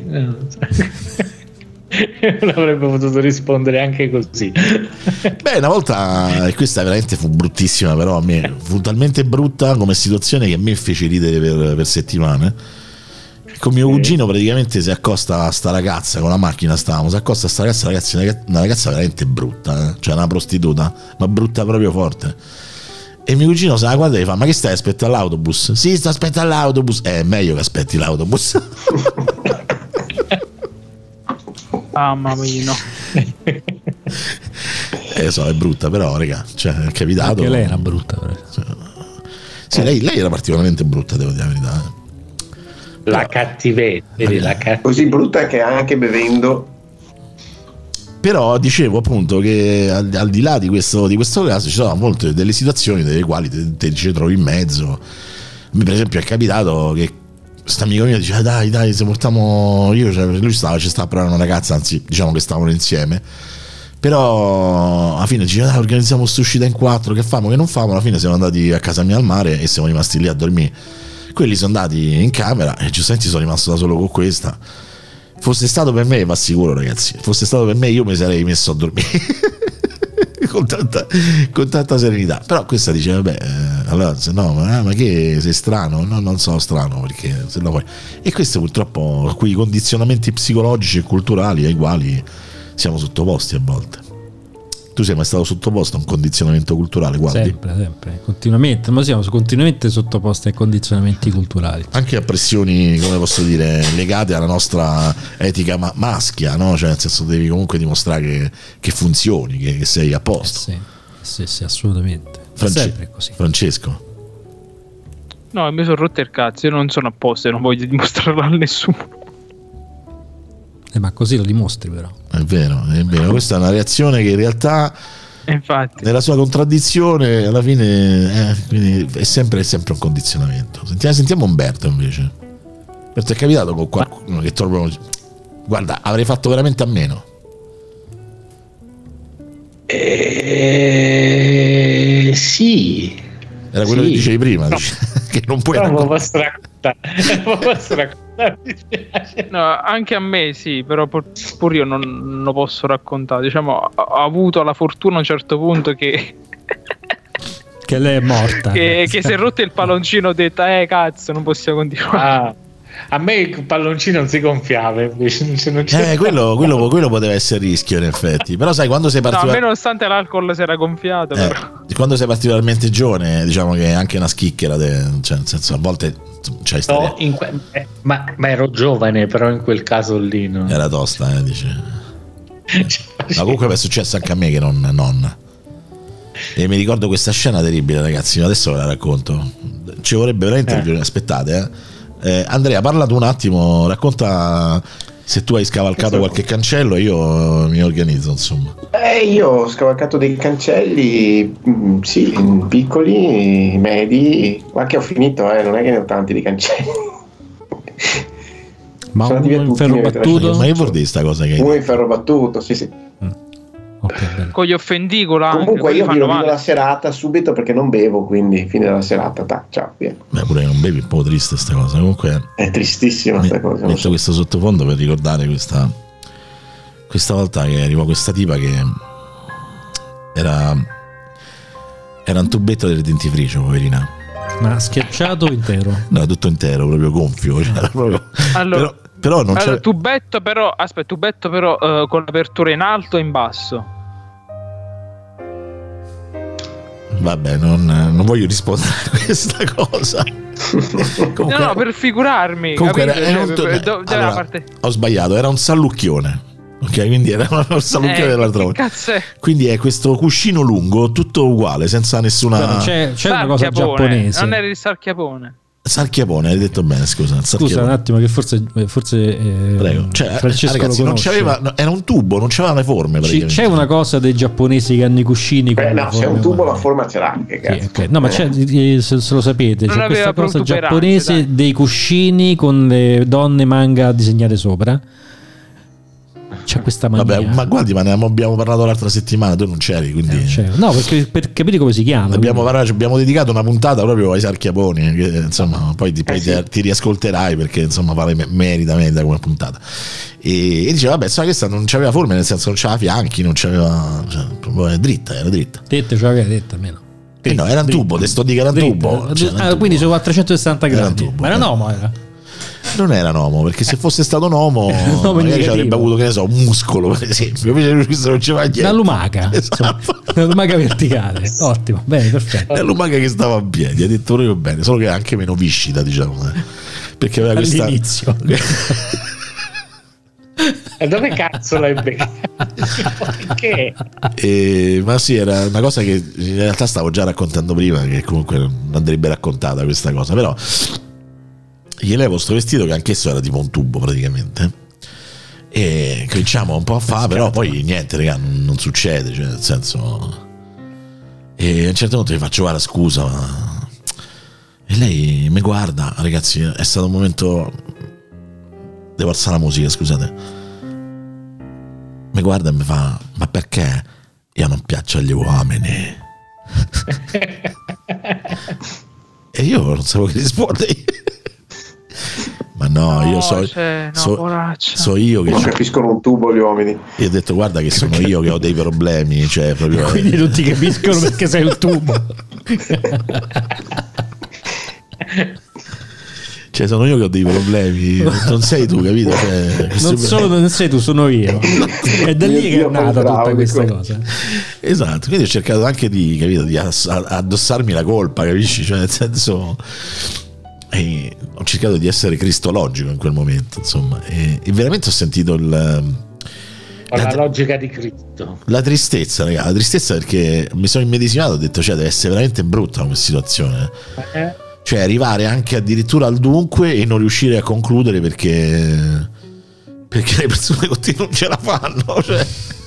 L'avrebbe potuto rispondere anche così. Beh, una volta, questa veramente fu bruttissima, però a me fu talmente brutta come situazione che a me fece ridere per settimane. Con mio cugino praticamente si accosta a sta ragazza, con la macchina stavamo, si accosta a sta ragazza, una ragazza veramente brutta, cioè una prostituta, ma brutta proprio forte. E mio cugino se la guarda e gli fa: ma che stai aspettando l'autobus? Sì, sto aspettando l'autobus. È meglio che aspetti l'autobus. Mamma mia. So, è brutta, però raga, cioè è capitato. Anche lei era brutta, cioè, sì, lei era particolarmente brutta, devo dire la verità. La cattiveria, così brutta che anche bevendo. Però dicevo appunto che al di là di questo caso ci sono molte delle situazioni nelle quali te ci trovi in mezzo. Per esempio è capitato che questo amico mio diceva: dai, se portiamo io, cioè, lui ci stava provando una ragazza, anzi diciamo che stavano insieme, però alla fine diceva: dai, organizziamo quest'uscita in 4, che famo, che non famo. Alla fine siamo andati a casa mia al mare e siamo rimasti lì a dormire. Quelli sono andati in camera e giustamente sono rimasto da solo con questa. Fosse stato per me, va sicuro ragazzi, fosse stato per me io mi sarei messo a dormire con tanta serenità. Però questa dice: vabbè, allora se no, ma che sei strano? No, non sono strano, perché se no poi. E questi purtroppo quei condizionamenti psicologici e culturali ai quali siamo sottoposti a volte. Tu sei mai stato sottoposto a un condizionamento culturale? Guardi? Sempre, continuamente, ma siamo continuamente sottoposti a condizionamenti culturali. Anche a pressioni, come posso dire, legate alla nostra etica maschia, no? Cioè nel senso devi comunque dimostrare che funzioni, che sei a posto. Sì, assolutamente. Sempre così. Francesco? No, mi sono rotto il cazzo, io non sono a posto e non voglio dimostrarlo a nessuno. Ma così lo dimostri, però. È vero. Questa è una reazione che in realtà, infatti, nella sua contraddizione, alla fine quindi è sempre un condizionamento. Sentiamo Umberto invece. Umberto, è capitato con qualcuno che trovo: guarda, avrei fatto veramente a meno? Sì. Era quello che dicevi prima, no. Che non puoi raccontare. No, anche a me sì, però pur io non lo posso raccontare. Diciamo, ho avuto la fortuna a un certo punto che lei è morta, che si è rotto il palloncino, ho detto cazzo, non possiamo continuare. A me il palloncino non si gonfiava, invece non c'è quello poteva essere rischio in effetti. Però sai, quando sei a me nonostante l'alcol si era gonfiato, però. Quando sei particolarmente giovane, diciamo che è anche una schicchera, cioè nel senso, a volte c'hai ma ero giovane, però in quel caso lì no. Era tosta, dice. Ma comunque è successo anche a me che non. E mi ricordo questa scena terribile, ragazzi, adesso ve la racconto. Ci vorrebbe veramente aspettate, Andrea, parla tu un attimo, racconta se tu hai scavalcato qualche cancello e io mi organizzo, insomma. Io ho scavalcato dei cancelli, sì, piccoli, medi, ma che ho finito, non è che ne ho tanti di cancelli. Ma uno in ferro battuto? Ma che vuol dire sta cosa che uno in ferro battuto, sì. Okay, con gli offendicola. Comunque io vi rovino la serata subito perché non bevo, quindi fine della serata, ciao, via. Beh, pure che non bevi è un po' triste sta cosa. Comunque è tristissima sta cosa. Metto questo sottofondo per ricordare questa volta che arrivò questa tipa che era un tubetto del dentifricio, poverina. Ma schiacciato intero? No, tutto intero, proprio gonfio, cioè, proprio. Allora, però non c'è tubetto però con l'apertura in alto e in basso. Vabbè, non voglio rispondere a questa cosa. Comunque, no, per figurarmi. Comunque Allora, parte... ho sbagliato, era un sallucchione. Ok, quindi era un sallucchione dell'altra volta. Quindi è questo cuscino lungo, tutto uguale, senza nessuna. C'è una cosa giapponese. Non era il sarchiapone. Sarchiapone, hai detto bene, scusa un attimo che forse prego. Cioè, Francesco ragazzi, non c'aveva, era un tubo, non c'aveva le forme. C'è una cosa dei giapponesi che hanno i cuscini no, se è un tubo la forma ce l'ha, che cazzo. Sì, okay. No, ma c'è, se lo sapete, non c'è questa cosa giapponese, dai, dei cuscini con le donne manga disegnate sopra. C'è questa mania. Vabbè, ma guardi, ma ne abbiamo parlato l'altra settimana, tu non c'eri, quindi no, perché per capire come si chiama abbiamo dedicato una puntata proprio ai sarchiaponi, che, insomma, poi ti riascolterai, perché insomma merita come puntata. E diceva, vabbè, sai, questa non c'aveva forme, nel senso non c'aveva fianchi, non c'aveva, cioè, era dritta. Detta, cioè, detta almeno. No, era un tubo, te sto di che era un tubo. Quindi su 460 gradi. Ma era un uomo, era. Non era un uomo, perché se fosse stato un uomo magari ci avrebbe avuto, che ne so, un muscolo, per esempio. Invece questo non c'era niente. Una lumaca, esatto. Una lumaca verticale. Ottimo, bene, perfetto. Una lumaca che stava a piedi, ha detto proprio bene, solo che era anche meno viscida, diciamo, perché aveva questa all'inizio. E dove cazzo l'hai beccato? Perché? Ma sì, era una cosa che in realtà stavo già raccontando prima, che comunque non andrebbe raccontata questa cosa, però gli levo sto vestito che anch'esso era tipo un tubo praticamente, e cominciamo un po' a fare, però poi niente, raga, non succede, cioè, nel senso, e a un certo punto gli faccio, guarda, scusa, ma... e lei mi guarda, ragazzi, è stato un momento, devo alzare la musica, scusate, mi guarda e mi fa, ma perché io non piaccio agli uomini? E io non sapevo che rispondere. Ma no, io so io che non capiscono un tubo gli uomini. Io ho detto, guarda che sono io che ho dei problemi, cioè proprio. Quindi non ti capiscono perché sei un tubo. Cioè sono io che ho dei problemi, non sei tu, capito? Cioè, non sei tu, sono io. È da lì che è nata tutta questa cosa. Esatto, quindi ho cercato anche di, capito, di addossarmi la colpa, capisci? Cioè nel senso, ho cercato di essere cristologico in quel momento, insomma, e veramente ho sentito la logica di Cristo. La tristezza, raga, la tristezza, perché mi sono immedesimato, ho detto, cioè deve essere veramente brutta come situazione. Cioè arrivare anche addirittura al dunque e non riuscire a concludere perché le persone con te non ce la fanno, cioè.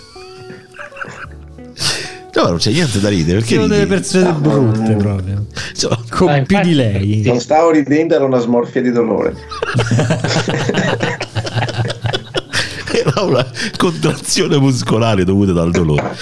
No, non c'è niente da ridere, perché sono delle persone brutte proprio, con più di lei. Non stavo ridendo, era una smorfia di dolore. Era una contrazione muscolare dovuta dal dolore.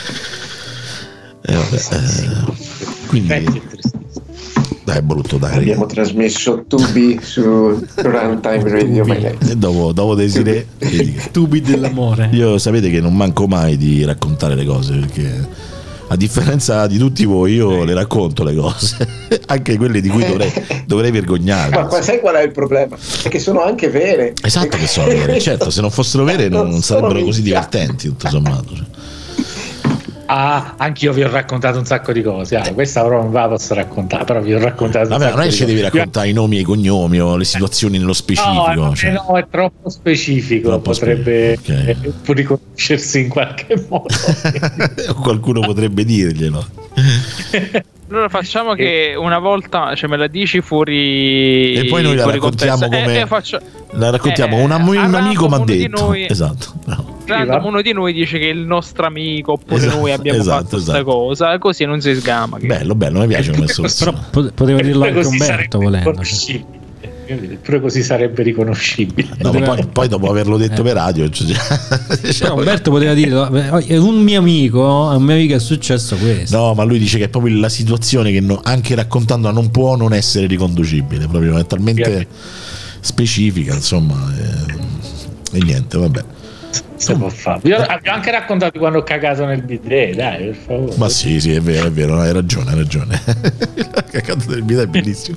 Quindi dai, è brutto, dai. Abbiamo trasmesso Tubi su Runtime Radio. E dopo Desiree Tubi dell'amore. Io sapete che non manco mai di raccontare le cose, perché a differenza di tutti voi io le racconto le cose, anche quelle di cui dovrei vergognarmi. Ma sai qual è il problema? È che sono anche vere. Esatto che sono vere, certo, se non fossero vere non sarebbero così divertenti, tutto sommato, cioè. Anch'io vi ho raccontato un sacco di cose. Questa però non ve la posso raccontare, però vi ho raccontato. Vabbè, non è che ci devi raccontare i nomi e i cognomi o le situazioni nello specifico. No, è troppo specifico. Potrebbe riconoscersi in qualche modo. Qualcuno potrebbe dirglielo. Allora facciamo che una volta, cioè, me la dici fuori e poi noi la raccontiamo come la raccontiamo un amico mi ha detto. Esatto, uno di noi dice che il nostro amico oppure noi abbiamo fatto questa cosa, così non si sgama. Bello, mi piace come soluzione. Però poteva dirlo anche Umberto volendo. Pure così sarebbe riconoscibile. No, poi dopo averlo detto per radio, però Umberto poteva dire, a un mio amico è successo questo. No, ma lui dice che è proprio la situazione che anche raccontandola non può non essere riconducibile, proprio è talmente specifica, insomma, e niente, vabbè. Si può fare. Io ho anche raccontato quando ho cagato nel bidet, dai, per favore. Ma sì, è vero, hai ragione. Ho cagato nel bidet, è bellissimo.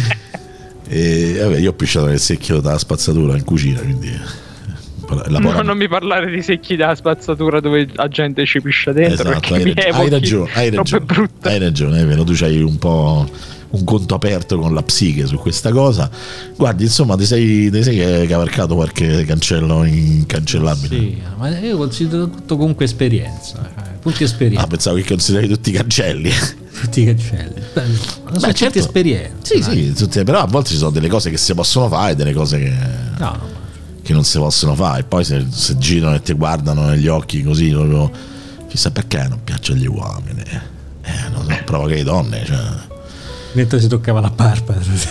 E vabbè, io ho pisciato nel secchio dalla spazzatura in cucina, quindi non mi parlare di secchi dalla spazzatura dove la gente ci piscia dentro. Esatto, hai ragione, è vero, tu c'hai un po' un conto aperto con la psiche su questa cosa. Guardi, insomma, ti sei cavalcato qualche cancello incancellabile. Sì, ma io considero tutto comunque esperienza. Punti esperienza. Pensavo che consideravi tutti i cancelli. tutti i cancelli. Sono certo. certe esperienze. Sì, però a volte ci sono delle cose che si possono fare e delle cose che non si possono fare. E poi se girano e ti guardano negli occhi così, proprio, chissà perché non piacciono gli uomini. Non so, provo che le donne, cioè. Mentre si toccava la barba.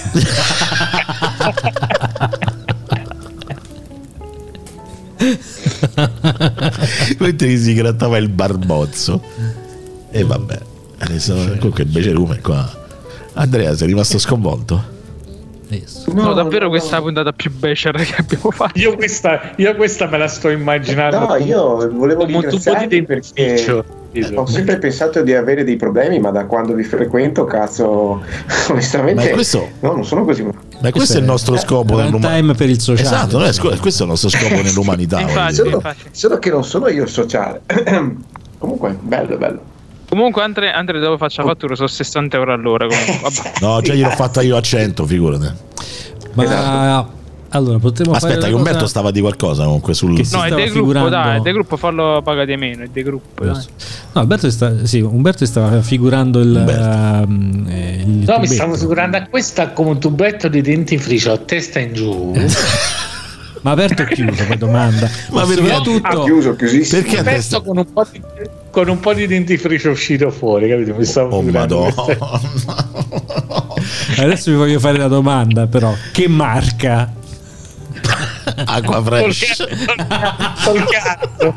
Mentre si grattava il barbozzo. E vabbè. Comunque invece Rume qua. Andrea, sei rimasto sconvolto? No, davvero questa è la puntata più becera che abbiamo fatto. Io questa me la sto immaginando. No, io volevo come un tubo di ringraziarvi perché ho sempre pensato di avere dei problemi, ma da quando vi frequento, cazzo, onestamente non sono così. Ma questo è il nostro scopo time per il sociale. Esatto, questo è il nostro scopo nell'umanità. Infatti. Solo che non sono io il sociale. Comunque, bello. Comunque Andre dove faccia fattura sono 60 euro all'ora. Vabbè. No, già gliel'ho fatta io a 100, figurati. Ma esatto. Allora potremmo aspetta, che Umberto stava di qualcosa comunque sul. No, è del gruppo, dai, è del gruppo, farlo pagare di meno, è del gruppo. No, Umberto stava figurando il no, mi stavo figurando a questa come un tubetto di dentifricio a testa in giù. Ma aperto o chiuso? Poi domanda. Ma soprattutto chiusissimo. Perché aperto con un po' di dentifricio uscito fuori, capito? Mi stavo Madonna. Adesso vi voglio fare la domanda, però. Che marca? Acqua fresh. Col cazzo.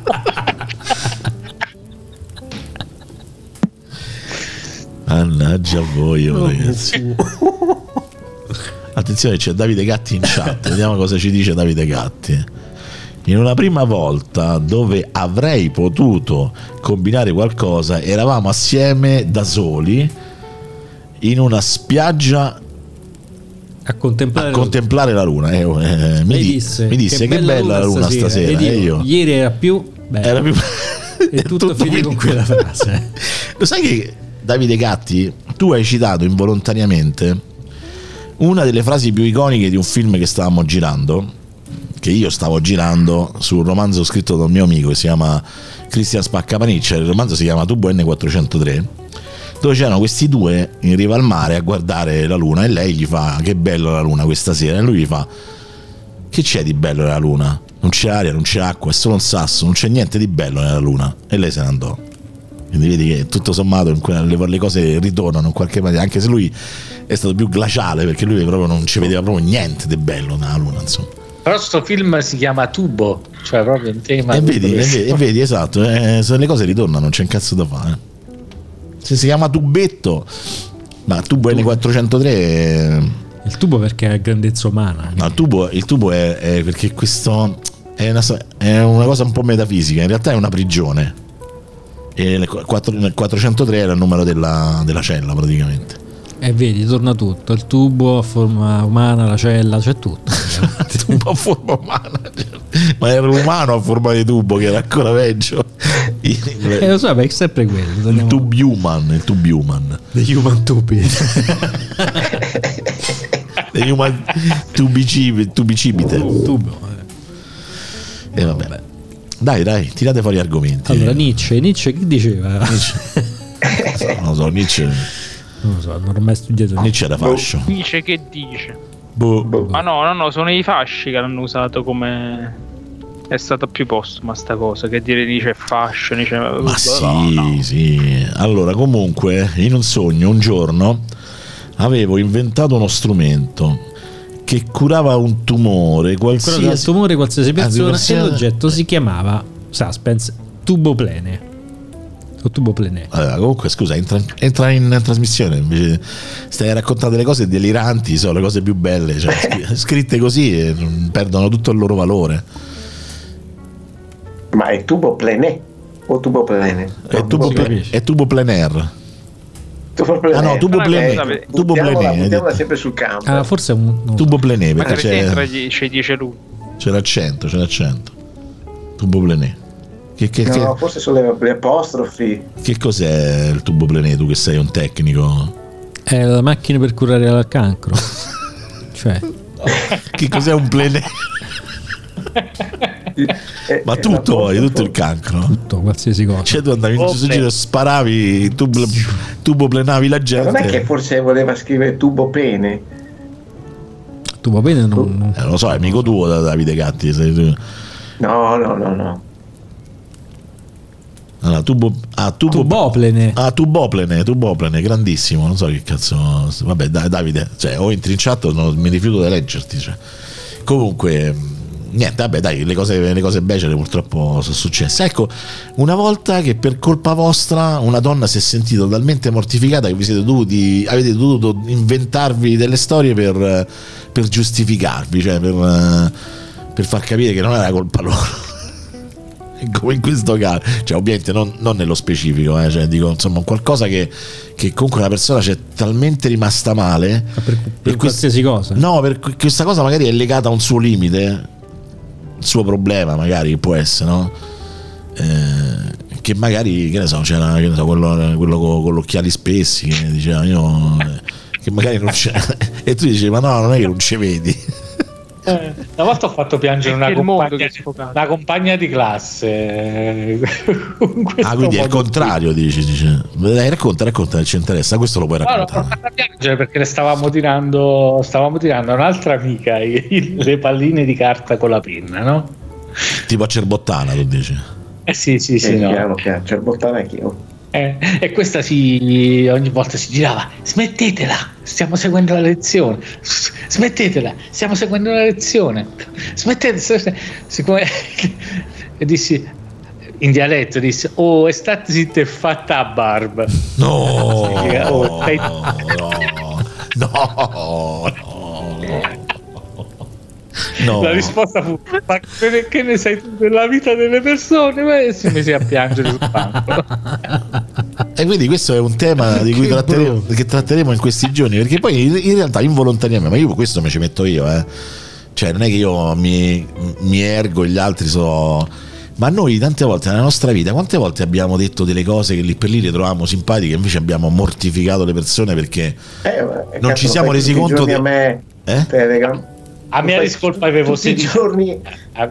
Mannaggia voi, ragazzi. Attenzione, c'è Davide Gatti in chat. Vediamo cosa ci dice Davide Gatti. In una prima volta dove avrei potuto combinare qualcosa, eravamo assieme da soli in una spiaggia a contemplare la luna. Mi disse che bella la luna stasera. Ieri era più bella. E tutto finì con quella frase. Lo sai che, Davide Gatti, tu hai citato involontariamente una delle frasi più iconiche di un film che stavamo girando, che io stavo girando su un romanzo scritto da un mio amico che si chiama Cristian Spaccapaniccia. Il romanzo si chiama Tubo N403, dove c'erano questi due in riva al mare a guardare la luna e lei gli fa: che bella la luna questa sera, e lui gli fa: che c'è di bello nella luna? Non c'è aria, non c'è acqua, è solo un sasso, non c'è niente di bello nella luna. E lei se ne andò. Quindi vedi che tutto sommato le cose ritornano in qualche maniera, anche se lui è stato più glaciale, perché lui proprio non ci vedeva proprio niente di bello nella luna, insomma. Però sto film si chiama Tubo, cioè proprio in tema. E vedi, esatto, se le cose ritornano non c'è un cazzo da fare. Se si chiama tubetto, ma Tubo N403 il tubo perché è grandezza umana. No, il tubo è perché questo è una cosa un po' metafisica, in realtà è una prigione. E il 403 era il numero della cella praticamente. E vedi, torna tutto, il tubo a forma umana, la cella, c'è tutto. Il tubo a forma umana, ma era l'umano a forma di tubo, che era ancora peggio. Lo so, ma è sempre quello. Il tubuman. The human tubi. The human tubicibite. Tubo. E vabbè. Dai, tirate fuori argomenti. Allora, Nietzsche che diceva? Non lo so, Nietzsche. Non lo so, non ho mai studiato. Nietzsche era fascio. Dice che dice. Ma no, sono i fasci che l'hanno usato come. È stata più postuma sta cosa, che dire Nietzsche è fascio, Nietzsche. Ma sì. Allora, comunque, in un sogno, un giorno, avevo inventato uno strumento che curava un tumore qualsiasi persona, e l'oggetto si chiamava, suspense, tuboplene o tuboplene. Allora, comunque scusa, entra in trasmissione, invece stai raccontando delle cose deliranti, sono le cose più belle, cioè, scritte così perdono tutto il loro valore. Ma è tuboplene o tuboplene? È tuboplener. Ah no, tubo plené. Buttiamola sempre sul campo. Forse è un tubo plené, perché c'è 10 lui. C'è l'accento. Tubo plené. No, forse sono le apostrofi. Che cos'è il tubo plené, tu che sei un tecnico? È la macchina per curare il cancro. Cioè, che cos'è un plené? Ma tutto poi, tutto il cancro, tutto, qualsiasi cosa. Cioè tu andavi in giro e sparavi, tuboplenavi la gente. Non è che forse voleva scrivere tubopene? Tubopene non lo so, è amico tuo da Davide Gatti. No. Allora, tuboplene. Tuboplene, grandissimo, non so che cazzo. Vabbè, Davide, cioè, o entri in chat o non, mi rifiuto di leggerti, cioè. Comunque, niente, vabbè, dai, le cose becere purtroppo sono successe. Ecco, una volta che per colpa vostra una donna si è sentita talmente mortificata che avete dovuto inventarvi delle storie per giustificarvi, cioè per far capire che non era colpa loro. Come in questo caso, cioè ovviamente non nello specifico, cioè dico insomma qualcosa che comunque una persona c'è talmente rimasta male per qualsiasi cosa. No, per questa cosa magari è legata a un suo limite, il suo problema magari può essere, no? Che magari, che ne so, c'era quello con gli occhiali spessi che diceva io che magari non c'è e tu dici ma no, non è che non ci vedi. Una volta ho fatto piangere una compagna di classe. Quindi è il contrario, dici. Dai, racconta, ci interessa, questo lo puoi raccontare. No, a piangere perché le stavamo tirando a un'altra amica le palline di carta con la penna, no? Tipo a Cerbottana, tu dici? Sì, no. Chiaro, Cerbottana anch'io. E questa ogni volta si girava, smettetela, stiamo seguendo la lezione, smettetela, stiamo seguendo la lezione, smettetela. E dissi in dialetto, oh, state zitta e fatta a barba. No. La risposta fu: ma che ne sai tu della vita delle persone? E si mise a piangere sul banco. E quindi questo è un tema di cui tratteremo in questi giorni, perché poi in realtà involontariamente, ma io questo me ci metto io, cioè non è che io mi ergo e gli altri ma noi tante volte nella nostra vita, quante volte abbiamo detto delle cose che lì per lì le trovavamo simpatiche, invece abbiamo mortificato le persone perché non ci siamo resi conto a me a mia riscolpa avevo 16 anni.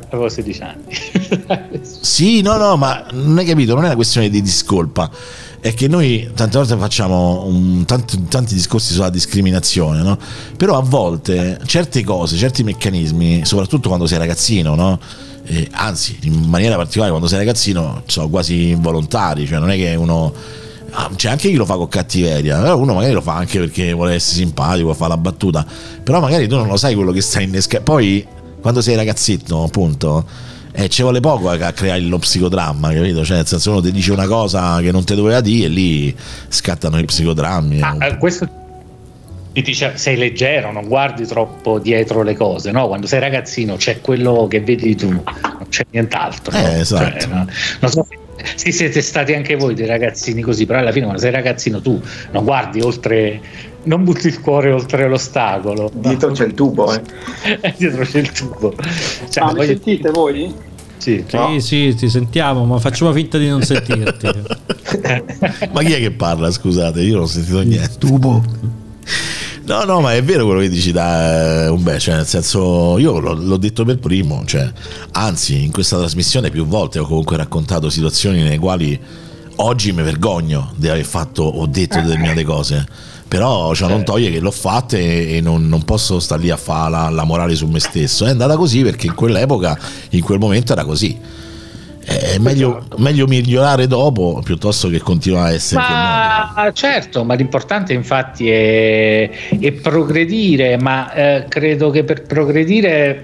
Sì, no, ma non hai capito, non è una questione di discolpa, è che noi tante volte facciamo tanti discorsi sulla discriminazione, no? Però a volte certe cose, certi meccanismi, soprattutto quando sei ragazzino, no? Anzi, in maniera particolare quando sei ragazzino, sono quasi involontari, cioè non è che uno cioè anche chi lo fa con cattiveria, però uno magari lo fa anche perché vuole essere simpatico, fa la battuta, però magari tu non lo sai quello che sta innescando. Poi quando sei ragazzino, appunto, ci vuole poco a creare lo psicodramma, capito? Cioè nel senso, uno ti dice una cosa che non ti doveva dire e lì scattano i psicodrammi. Questo ti dice sei leggero, non guardi troppo dietro le cose, no? Quando sei ragazzino c'è quello che vedi tu, non c'è nient'altro, no? Esatto. Cioè, non so se siete stati anche voi dei ragazzini così, però alla fine quando sei ragazzino tu non guardi oltre, non butti il cuore oltre l'ostacolo. Dietro c'è il tubo, dietro c'è il tubo. Cioè, mi sentite voi? Sì, no? Sì, ti sentiamo, ma facciamo finta di non sentirti. Ma chi è che parla? Scusate, io non ho sentito niente. Tubo. No, ma è vero quello che dici, cioè nel senso, io l'ho detto per primo, cioè, anzi in questa trasmissione più volte ho comunque raccontato situazioni nelle quali oggi mi vergogno di aver fatto o detto determinate cose, però cioè, non toglie che l'ho fatta e non posso stare lì a fare la morale su me stesso. È andata così perché in quell'epoca, in quel momento era così. È meglio migliorare dopo piuttosto che continuare a essere certo, ma l'importante infatti è progredire, ma credo che per progredire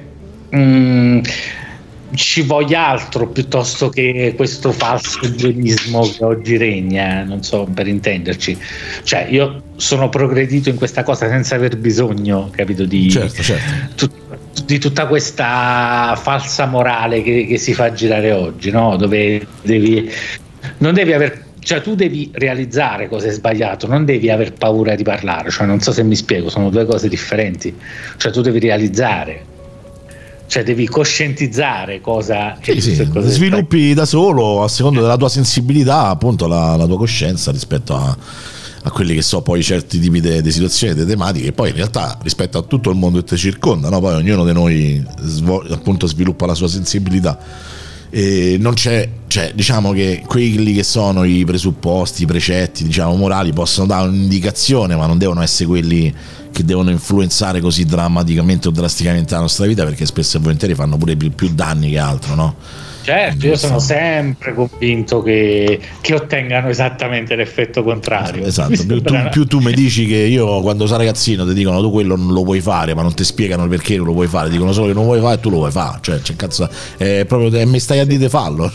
ci voglia altro piuttosto che questo falso igienismo che oggi regna, non so, per intenderci. Cioè io sono progredito in questa cosa senza aver bisogno, capito, di di tutta questa falsa morale che si fa girare oggi, no? Dove non devi aver, cioè tu devi realizzare cosa è sbagliato, non devi aver paura di parlare, cioè non so se mi spiego, sono due cose differenti, cioè tu devi realizzare, cioè devi coscientizzare cosa sviluppi da solo a seconda della tua sensibilità, appunto la tua coscienza rispetto a quelli che so poi certi tipi di situazioni, di tematiche, e poi in realtà rispetto a tutto il mondo che ti circonda, no? Poi ognuno di noi appunto sviluppa la sua sensibilità. E non c'è, cioè, diciamo che quelli che sono i presupposti, i precetti, diciamo, morali possono dare un'indicazione, ma non devono essere quelli che devono influenzare così drammaticamente o drasticamente la nostra vita, perché spesso e volentieri fanno pure più danni che altro, no? Certo, io sono sempre convinto che ottengano esattamente l'effetto contrario. Esatto, più tu mi dici che io quando sei ragazzino ti dicono tu quello non lo puoi fare, ma non ti spiegano il perché non lo puoi fare, dicono solo che non lo vuoi fare e tu lo vuoi fare, cioè cazzo, è proprio mi stai a dire fallo.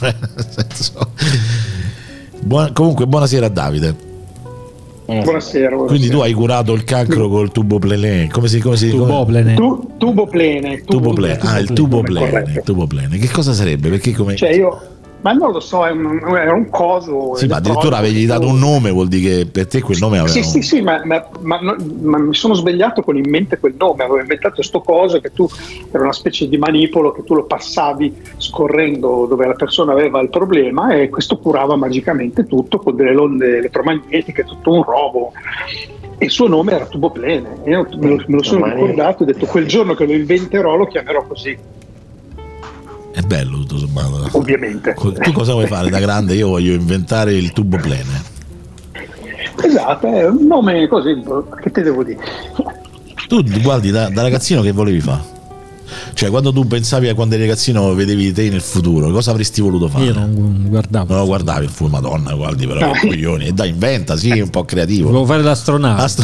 Comunque buonasera a Davide. Buonasera. Quindi tu hai curato il cancro col tubo plene, come si tubo plene. Il tubo plene. Che cosa sarebbe? Perché come? Cioè ma non lo so, è un coso. Sì, ma addirittura avevi dato un nome, vuol dire che per te quel nome aveva. Sì, ma mi sono svegliato con in mente quel nome, avevo inventato sto coso che era una specie di manipolo che tu lo passavi scorrendo dove la persona aveva il problema e questo curava magicamente tutto con delle onde elettromagnetiche, tutto un robo. E il suo nome era tubo plene. Io me lo sono ricordato e ho detto quel giorno che lo inventerò lo chiamerò così. È bello tutto sommato. Ovviamente. Tu cosa vuoi fare da grande? Io voglio inventare il tubo plene. Esatto, è un nome così, che te devo dire. Tu guardi da ragazzino che volevi fare? Cioè quando tu pensavi a quando eri ragazzino vedevi te nel futuro, cosa avresti voluto fare? Io non guardavo. Non lo guardavi il film, madonna, guardi però coglioni. E dai, inventa, sì, un po' creativo. Volevo fare l'astronauta.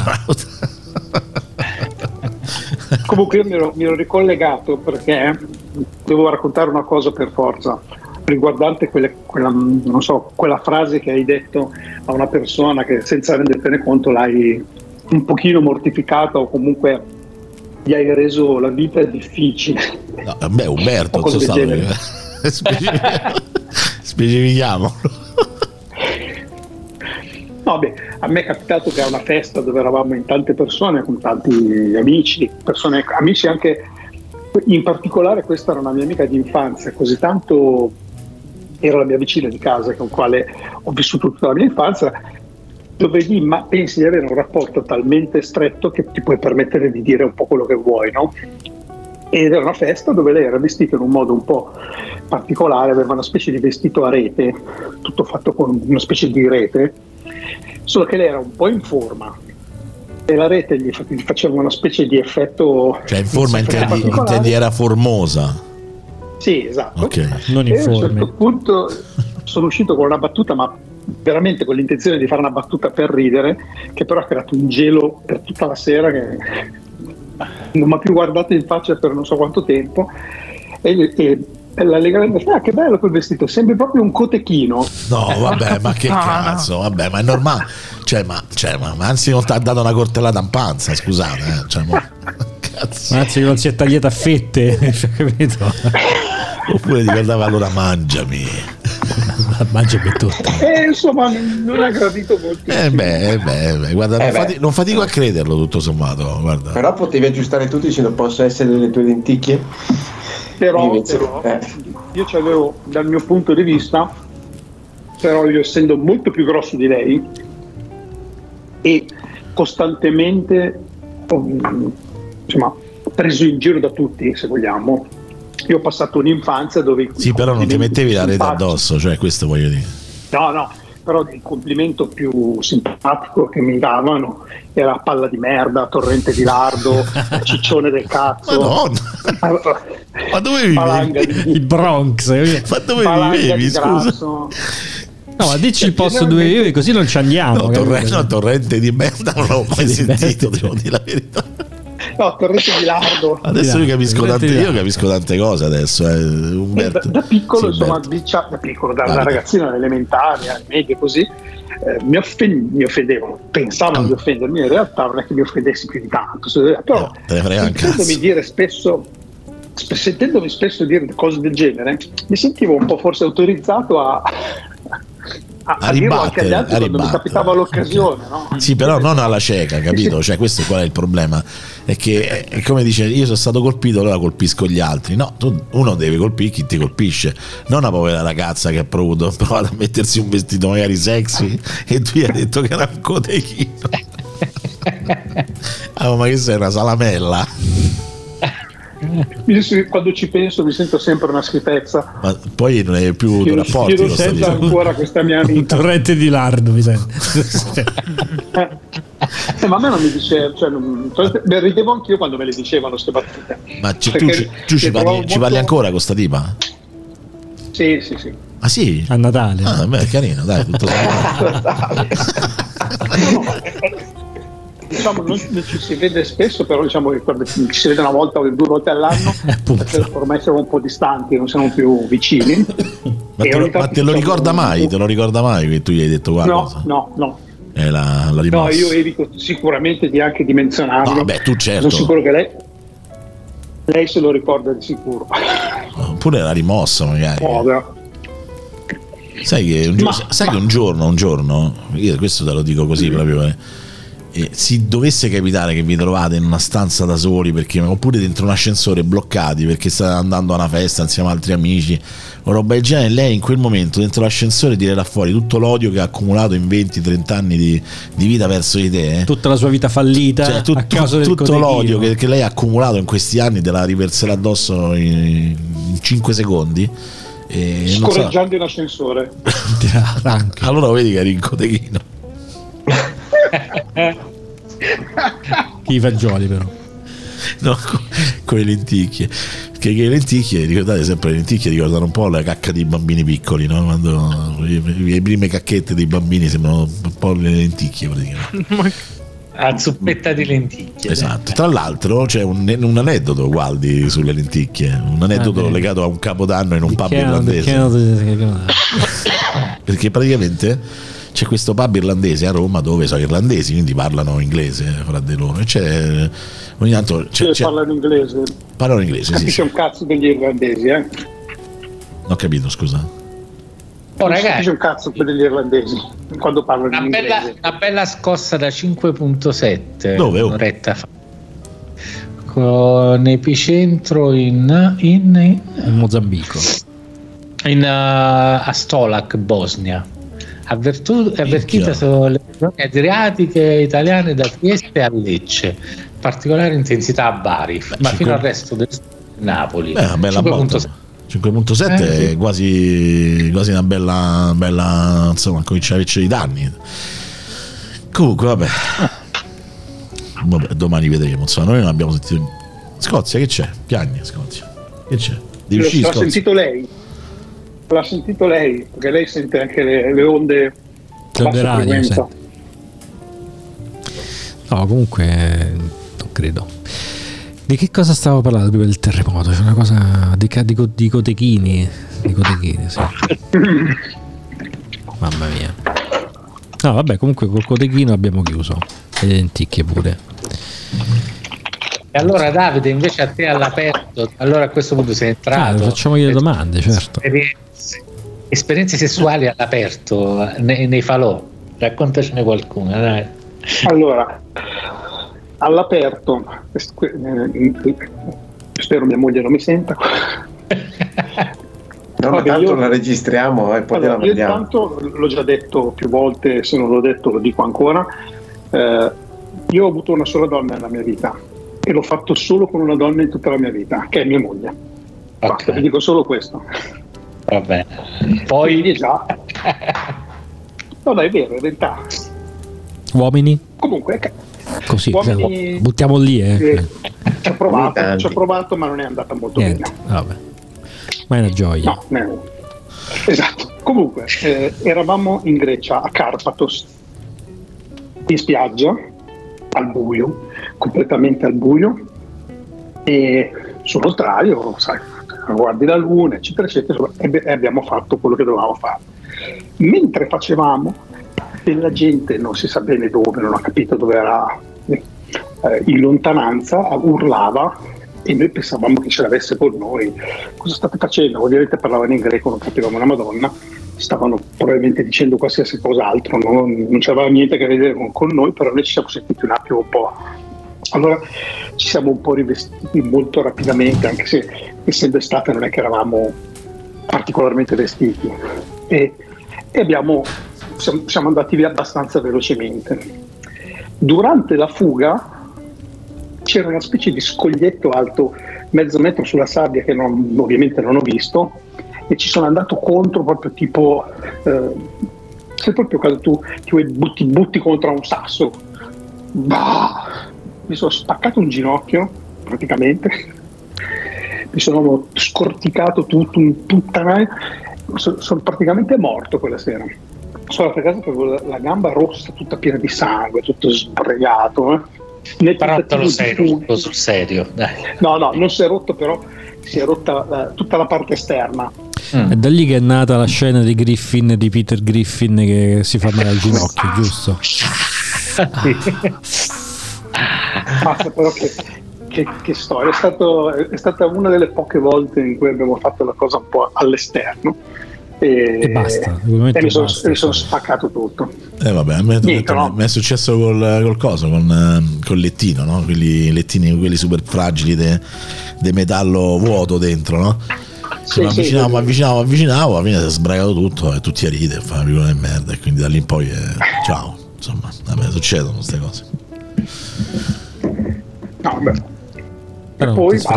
Comunque io mi ero ricollegato perché devo raccontare una cosa per forza riguardante quella frase che hai detto a una persona che senza rendertene conto l'hai un pochino mortificata o comunque gli hai reso la vita difficile. No, beh, Umberto, non so stato. Specifichiamolo. No, beh, a me è capitato che a una festa dove eravamo in tante persone, con tanti amici anche, in particolare questa era una mia amica di infanzia, così tanto era la mia vicina di casa con la quale ho vissuto tutta la mia infanzia, dove lì pensi di avere un rapporto talmente stretto che ti puoi permettere di dire un po' quello che vuoi, no? Ed era una festa dove lei era vestita in un modo un po' particolare, aveva una specie di vestito a rete, tutto fatto con una specie di rete, solo che lei era un po' in forma e la rete gli faceva una specie di effetto. Cioè in forma intendi era formosa. Sì, esatto. Okay. Non in forma. A un certo punto sono uscito con una battuta, ma veramente con l'intenzione di fare una battuta per ridere, che però ha creato un gelo per tutta la sera che non mi ha più guardato in faccia per non so quanto tempo e la Lega mi fa: che bello quel vestito, sembri proprio un cotechino. No, vabbè, ma che cazzo, vabbè, ma è normale. Ma anzi non ti ha dato una coltellata in panza, scusate, cazzo. Anzi non si è tagliata a fette, capito? Oppure ti guardava allora mangiami tutto. Insomma non ha gradito molto. Guarda, non fatico a crederlo tutto sommato, guarda. Però potevi aggiustare tutto dicendo posso essere delle tue lenticchie? Però io c'avevo, dal mio punto di vista, però io essendo molto più grosso di lei e costantemente preso in giro da tutti, se vogliamo, io ho passato un'infanzia dove sì, però non ti mettevi la rete addosso, cioè questo voglio dire. No, però il complimento più simpatico che mi davano era palla di merda, torrente di lardo, ciccione del cazzo. Ma dove vivevi? Il Bronx. Ma dove vivevi, scusa? No, ma dici il posto dove vivevi, così non ci andiamo. Torrente di merda non l'ho mai sentito, devo dire la verità. No, torrente di lardo. Adesso io capisco tante cose adesso, Umberto. Da piccolo, insomma, da ragazzino alle elementari, alle medie così, mi offendevano, pensavano di offendermi, in realtà non è che mi offendessi più di tanto, però sentendomi spesso dire cose del genere, mi sentivo un po' forse autorizzato a dirlo anche agli altri quando mi capitava l'occasione, no? Sì, però non alla cieca, capito? Cioè, questo qual è il problema? È che è come dice, io sono stato colpito, allora colpisco gli altri. No, uno deve colpire chi ti colpisce, non una povera ragazza che ha provato a mettersi un vestito magari sexy e tu gli hai detto che era un cotechino. Ma che sei, una salamella? Quando ci penso mi sento sempre una schifezza. Ma poi non hai più avuto rapporti. Io non sento ancora questa mia amica. Un torrente di lardo mi sento. Ma a me non mi dice, ridevo anch'io quando me le dicevano queste battute. Ma tu ci parli ancora con sta tipa? Sì. Ah sì? A Natale. Ah, beh, è carino, dai, tutto diciamo non ci si vede spesso, però diciamo che ci si vede una volta o 2 volte all'anno, perché ormai siamo un po' distanti, non siamo più vicini. Ma te lo ricorda mai? Te lo ricorda mai che tu gli hai detto guarda? No. La no, io evito sicuramente di anche di menzionarlo. No, vabbè, tu certo. Sono sicuro che lei se lo ricorda di sicuro. Oppure l'ha rimossa magari. Sai che un giorno, io questo te lo dico così proprio. Si dovesse capitare che vi trovate in una stanza da soli oppure dentro un ascensore bloccati perché state andando a una festa insieme ad altri amici o roba del genere, lei in quel momento dentro l'ascensore tirerà fuori tutto l'odio che ha accumulato in 20-30 anni di vita verso di te, tutta la sua vita fallita, cioè, a causa del tutto cotechino. l'odio che lei ha accumulato in questi anni te la riverserà addosso in 5 secondi scorreggiando in ascensore. Allora vedi che eri in cotechino. I fagioli però no, con le lenticchie, che le lenticchie, ricordate sempre, le lenticchie ricordano un po' la cacca dei bambini piccoli, no? Quando le prime cacchette dei bambini sembrano un po' le lenticchie praticamente. A zuppetta di lenticchie. Esatto. Tra l'altro c'è un aneddoto, Gualdi, sulle lenticchie, un aneddoto legato a un capodanno in un pub irlandese, perché praticamente c'è questo pub irlandese a Roma dove sono irlandesi, quindi parlano inglese fra di loro, e c'è ogni tanto parlano inglese. Parlano inglese, capisce sì. Un cazzo degli irlandesi, Non ho capito, scusa. Ragazzi, capisce un cazzo degli irlandesi quando parlano in inglese. Una bella scossa da 5.7. Dove? Un'oretta fa. Con epicentro in Mozambico. A Stolac, Bosnia. Avvertita sulle regioni adriatiche italiane da Trieste a Lecce, particolare intensità a Bari, ma fino al resto del Napoli. Una bella 5.7 è quasi una bella insomma, comincia a averci dei danni. Comunque vabbè, domani vedremo, insomma. Noi non abbiamo sentito. Scozia, che c'è? Piagni Scozia, che c'è? L'ha sentito lei? L'ha sentito lei, perché lei sente anche le onde radio. No, comunque non credo. Di che cosa stavo parlando prima del terremoto? C'è una cosa di cotechini. Di cotechini, sì. Mamma mia. No, vabbè, comunque col cotechino abbiamo chiuso. E le lenticchie pure. E allora Davide, invece a te all'aperto, allora a questo punto sei entrato. Facciamo le domande, certo. Esperienze sessuali all'aperto nei falò. Raccontacene qualcuna, dai. Allora, all'aperto, spero mia moglie non mi senta. No, tanto la registriamo e poi la vediamo. Io tanto l'ho già detto più volte, se non l'ho detto lo dico ancora. Io ho avuto una sola donna nella mia vita e l'ho fatto solo con una donna in tutta la mia vita, che è mia moglie. Basta, vi dico solo questo. Va bene. Poi già. No, dai, è vero, in realtà. Uomini? Comunque, così, buttiamo lì. Ci ho provato, ma non è andata molto bene. Vabbè. Ma è una gioia. No. Esatto. Comunque, eravamo in Grecia, a Carpathos, in spiaggia, al buio, completamente al buio, e sull'oltrario, sai, guardi la luna, eccetera, eccetera, e abbiamo fatto quello che dovevamo fare. Mentre facevamo, della gente, non si sa bene dove, non ha capito dove era, in lontananza urlava e noi pensavamo che ce l'avesse con noi. Cosa state facendo? Ovviamente parlavano in greco, non capivamo una madonna. stavano probabilmente dicendo qualsiasi cos'altro, non c'aveva niente a che vedere con noi, però noi ci siamo sentiti un attimo un po'. Allora ci siamo un po' rivestiti molto rapidamente, anche se essendo estate non è che eravamo particolarmente vestiti, e siamo andati via abbastanza velocemente. Durante la fuga c'era una specie di scoglietto alto mezzo metro sulla sabbia che ovviamente non ho visto, e ci sono andato contro proprio tipo sai proprio quando tu ti butti contro un sasso. Mi sono spaccato un ginocchio praticamente, mi sono scorticato tutto un puttanaio, sono praticamente morto quella sera. Sono andato a casa con la gamba rossa, tutta piena di sangue, tutto sbregato. Però te lo sei rotto sul serio, dai. No, non si è rotto, però si è rotta tutta la parte esterna. È da lì che è nata la scena di Griffin, di Peter Griffin, che si fa male al ginocchio, giusto? Basta, però che storia, è stata una delle poche volte in cui abbiamo fatto la cosa un po' all'esterno. E basta, e mi sono spaccato tutto. Vabbè, a me è successo col coso, col lettino, no? Quelli lettini, quelli super fragili de metallo vuoto dentro, no? Sì, mi avvicinavo, alla fine si è sbragato tutto e tutti a ridere, fa una figura di merda, e quindi da lì in poi ciao, insomma, vabbè, succedono queste cose. No, beh. Però e poi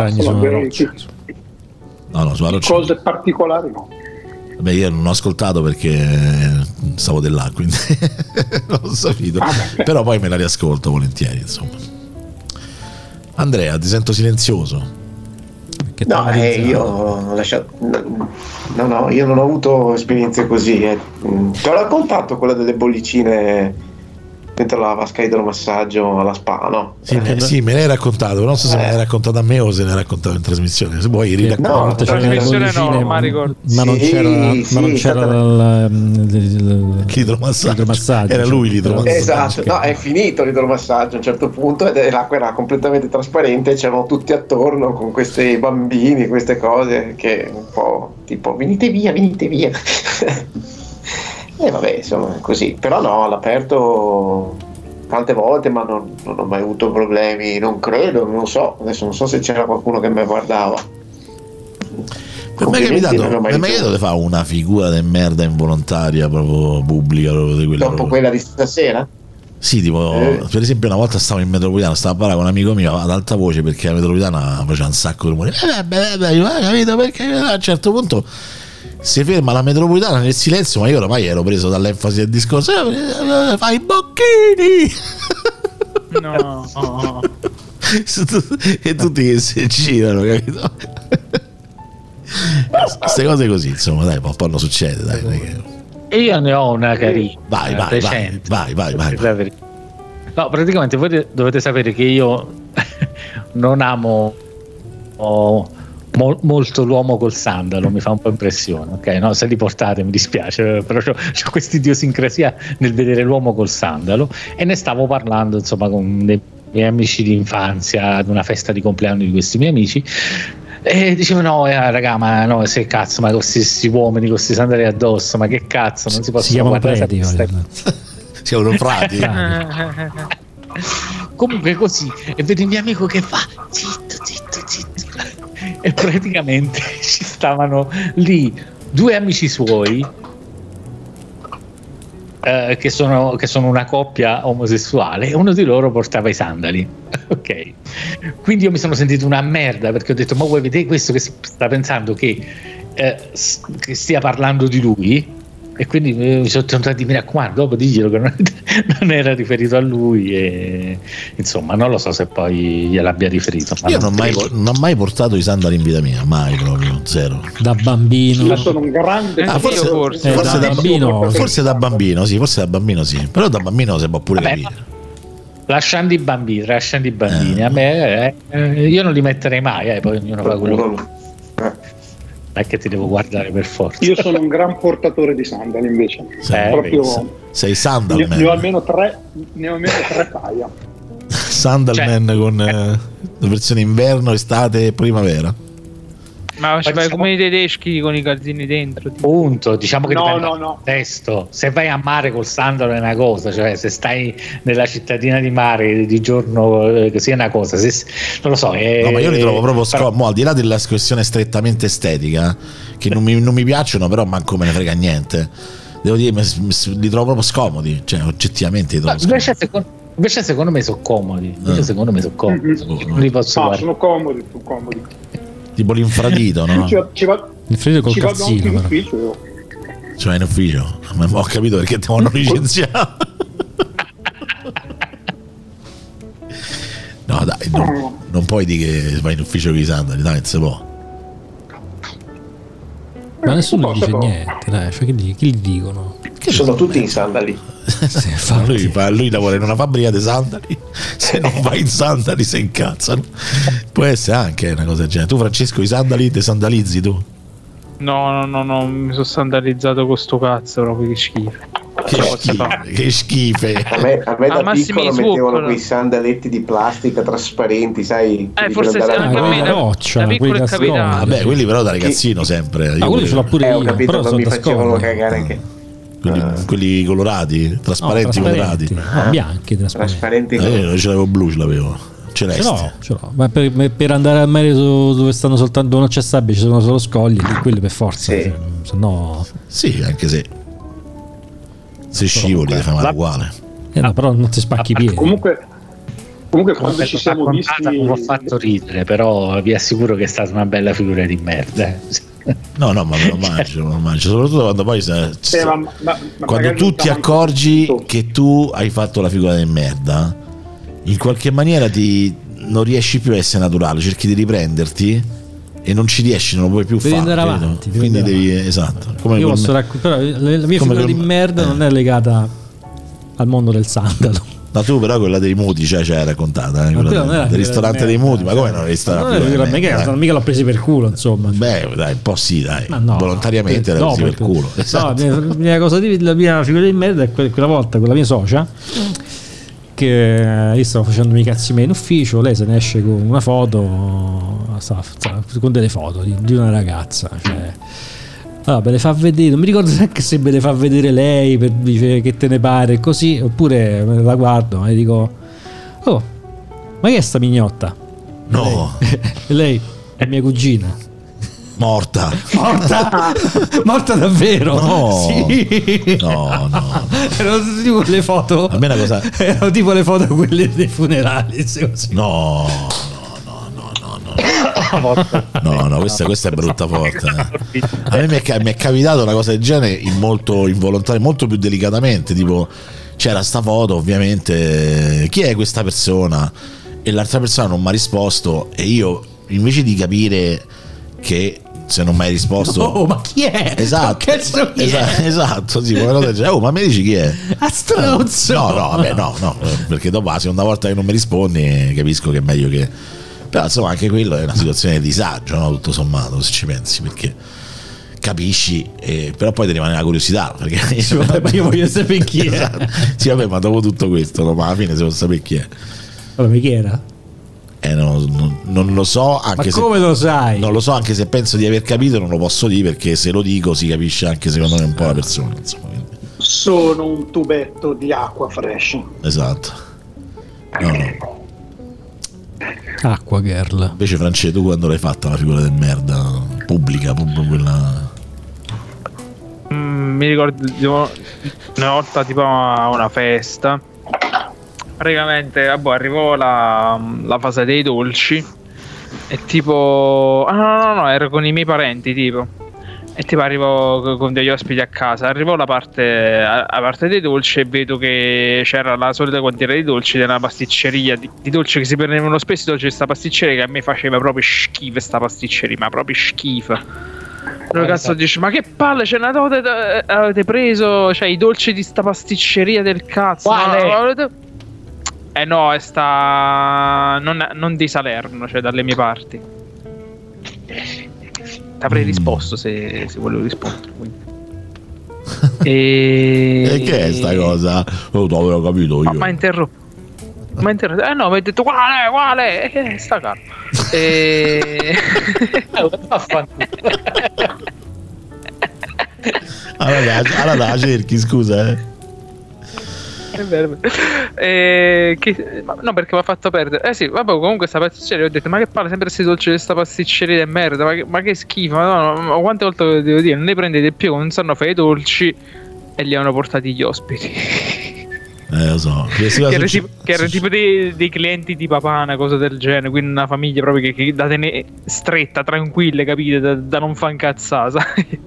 sulla roccia cose particolari no. Beh, io non ho ascoltato perché stavo di là, quindi non ho sapito. Però poi me la riascolto volentieri, insomma. Andrea, ti sento silenzioso. No, io ho lasciato. No, io non ho avuto esperienze così. Ti ho raccontato quella delle bollicine dentro la vasca idromassaggio alla spa, no? Sì, me l'hai raccontato, non so se me l'hai raccontato a me o se ne hai raccontato in trasmissione. Se vuoi no, trasmissione no, ma ricordo. Ma non c'era l'idromassaggio. Era lui l'idromassaggio. Esatto, no, è finito l'idromassaggio a un certo punto e l'acqua era completamente trasparente, c'erano tutti attorno con questi bambini, queste cose che un po' tipo venite via. E vabbè, insomma, così. Però no, all'aperto tante volte, ma non ho mai avuto problemi, non credo, non so. Adesso non so se c'era qualcuno che mi guardava. Per me è capitato di fare una figura di merda involontaria proprio pubblica, proprio di quella. Dopo quella di stasera? Sì, tipo, per esempio una volta stavo in metropolitana, stavo a parlare con un amico mio ad alta voce perché la metropolitana faceva un sacco di rumore. Capito? Perché a un certo punto si ferma la metropolitana nel silenzio, ma io ormai ero preso dall'enfasi del discorso. Fai i bocchini! No. E tutti che si girano, capito? Queste cose così, insomma, dai, un po' non succede, dai. E io ne ho una carina. Vai. No, praticamente voi dovete sapere che io non amo molto l'uomo col sandalo, mi fa un po' impressione, ok? No, se li portate mi dispiace, però c'ho questa idiosincrasia nel vedere l'uomo col sandalo, e ne stavo parlando insomma con dei miei amici di infanzia ad una festa di compleanno di questi miei amici, e dicevo no raga, ma no, se cazzo, ma questi uomini con questi sandali addosso, ma che cazzo, non si possono guardare siamo frati. Comunque così, e vedo il mio amico che fa zitto, e praticamente ci stavano lì due amici suoi che sono una coppia omosessuale, e uno di loro portava i sandali, ok? Quindi io mi sono sentito una merda, perché ho detto ma vuoi vedere questo che sta pensando che stia parlando di lui, e quindi mi sono tentato di, mi raccomando, dopo diglielo che non era riferito a lui, e insomma non lo so se poi gliel'abbia riferito. Io non ho mai portato i sandali in vita mia, mai, proprio zero. Da bambino. Io sono un grande forse da bambino, forse da bambino sì, però da bambino si può pure capire. Lasciando i bambini, a me io non li metterei mai, poi ognuno fa quello che è, che ti devo guardare per forza. Io sono un gran portatore di sandali invece. Sei Sandalman. Ne ho almeno tre paia. Sandalman, con la versione inverno, estate e primavera. Ma fai come i tedeschi con i calzini dentro. Punto, diciamo che no. testo. Se vai a mare col sandalo è una cosa, cioè se stai nella cittadina di mare di giorno sia una cosa. Non lo so. No, ma io li trovo proprio scomodo, al di là della questione strettamente estetica, che non mi piacciono, però manco me ne frega niente. Devo dire, li trovo proprio scomodi, cioè oggettivamente li trovo scomodi. Invece secondo me sono comodi. Non li posso guardare. Sono comodi. Tipo l'infradito, no? L'infradito col cazzino, cioè in ufficio. Ma ho capito perché ti hanno licenziato. No dai, non puoi dire che vai in ufficio con i sandali, dai, non si può. Ma nessuno dice niente, dai, cioè, che gli dicono? Sono tutti in sandali. Lui lavora in una fabbrica di sandali. Se non vai in sandali si incazzano. Può essere anche una cosa del genere. Tu, Francesco, i sandali te sandalizzi tu? No, mi sono sandalizzato con sto cazzo, proprio che schifo. Che schife. A me da piccolo mettevano quei sandaletti di plastica trasparenti, sai? Forse anche a me roccia, da piccolo è capitato. Vabbè, quelli però da ragazzino sempre. Quelli ce l'ho pure io, ho capito, però non mi facevano cagare anche. Quelli colorati, trasparenti, colorati. No, bianchi, trasparenti. Io ce l'avevo blu, ce l'avevo. Celeste. Ce l'ho. Ma per andare al mare dove stanno soltanto, dove non c'è sabbia, ci sono solo scogli, quelli per forza. Sì. Se no. Sì, anche se scivoli ti fa male uguale. No, però non ti spacchi i piedi. Comunque quando ci siamo visti mi ha fatto ridere, però vi assicuro che è stata una bella figura di merda. No, ma me lo mangio, soprattutto quando poi quando tu ti accorgi che tu hai fatto la figura di merda, in qualche maniera non riesci più a essere naturale, cerchi di riprenderti e non ci riesci, non lo puoi più fare. Andare avanti, quindi devi, esatto. Come io posso però la mia figura di merda non è legata al mondo del sandalo. Ma tu però quella dei muti c'hai raccontata, quella del ristorante dei muti, ma come non mica l'ho presi per culo, insomma. Beh, dai, un po' sì, dai. Volontariamente l'hai presi per culo. Esatto. La mia figura di merda è quella volta con la mia socia, che io stavo facendo i cazzi miei in ufficio, lei se ne esce con una foto, con delle foto di una ragazza, cioè me le fa vedere, non mi ricordo neanche se me le fa vedere lei per dire che te ne pare così, oppure la guardo e dico: oh, ma che è sta mignotta? No. Lei è mia cugina. Morta davvero? No. Sì. No. Erano tipo le foto. A me una cosa. Erano tipo le foto quelle dei funerali. Così. No, questa è brutta forte. A me mi è capitato una cosa del genere molto involontaria, molto più delicatamente, tipo c'era sta foto, ovviamente, chi è questa persona? E l'altra persona non mi ha risposto e io invece di capire che se non mi hai risposto ma chi è? Esatto, esatto, sì, ma mi dici chi è? A stronzo. No, perché dopo la seconda volta che non mi rispondi capisco che è meglio che. Però insomma anche quello è una situazione di disagio, no? Tutto sommato, se ci pensi, perché capisci, però poi ti rimane la curiosità, perché ma io voglio sapere chi è. Esatto. Sì, vabbè, ma dopo tutto questo, no? Ma alla fine se vuoi sapere chi è. Allora, chi era? Non lo so, anche ma come lo sai? Non lo so, anche se penso di aver capito, non lo posso dire, perché se lo dico si capisce anche secondo me un po' la persona, insomma. Sono un tubetto di acqua fresh. Esatto. No. Acqua girl. Invece Francesco, tu quando l'hai fatta la figura del merda pubblica, quella? Mi ricordo una volta tipo a una festa, praticamente arrivò la fase dei dolci e tipo no, ero con i miei parenti tipo, e tipo arrivo con degli ospiti a casa, arrivo a parte dei dolci e vedo che c'era la solita quantità di dolci della pasticceria di dolci che si prendevano spesso, dolci di sta pasticceria, che a me faceva proprio schifo sta pasticceria, ma proprio schifo. Allora cazzo dice: ma che palle, ce ne avete preso, cioè i dolci di sta pasticceria del cazzo? Quale? No, è non di Salerno, cioè dalle mie parti. T'avrei risposto se volevo rispondere. E che è sta cosa? Non l'avevo capito io. Ma interrotto. No, mi hai detto quale? Sta calma. Allora la cerchi, scusa, È vero. No, perché mi ha fatto perdere. Sì, vabbè, comunque sta pasticceria, ho detto, ma che parla sempre questi dolci di sta pasticceria di merda, ma che schifo, ma quante volte devo dire, non ne prendete più, non sanno fare i dolci, e li hanno portati gli ospiti. Lo so. Che era tipo dei clienti di papà, una cosa del genere, quindi una famiglia proprio che da tenere stretta, tranquille, capite, da non fa incazzare, sai?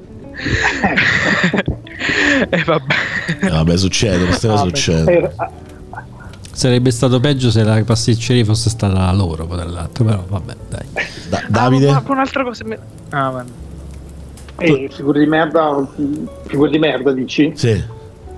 E vabbè, succede, queste cose succedono. Sarebbe stato peggio se la pasticceria fosse stata la loro, tra l'altro, però vabbè, dai. Davide? Ma un'altra cosa. Vabbè. Figure di merda, dici? Sì.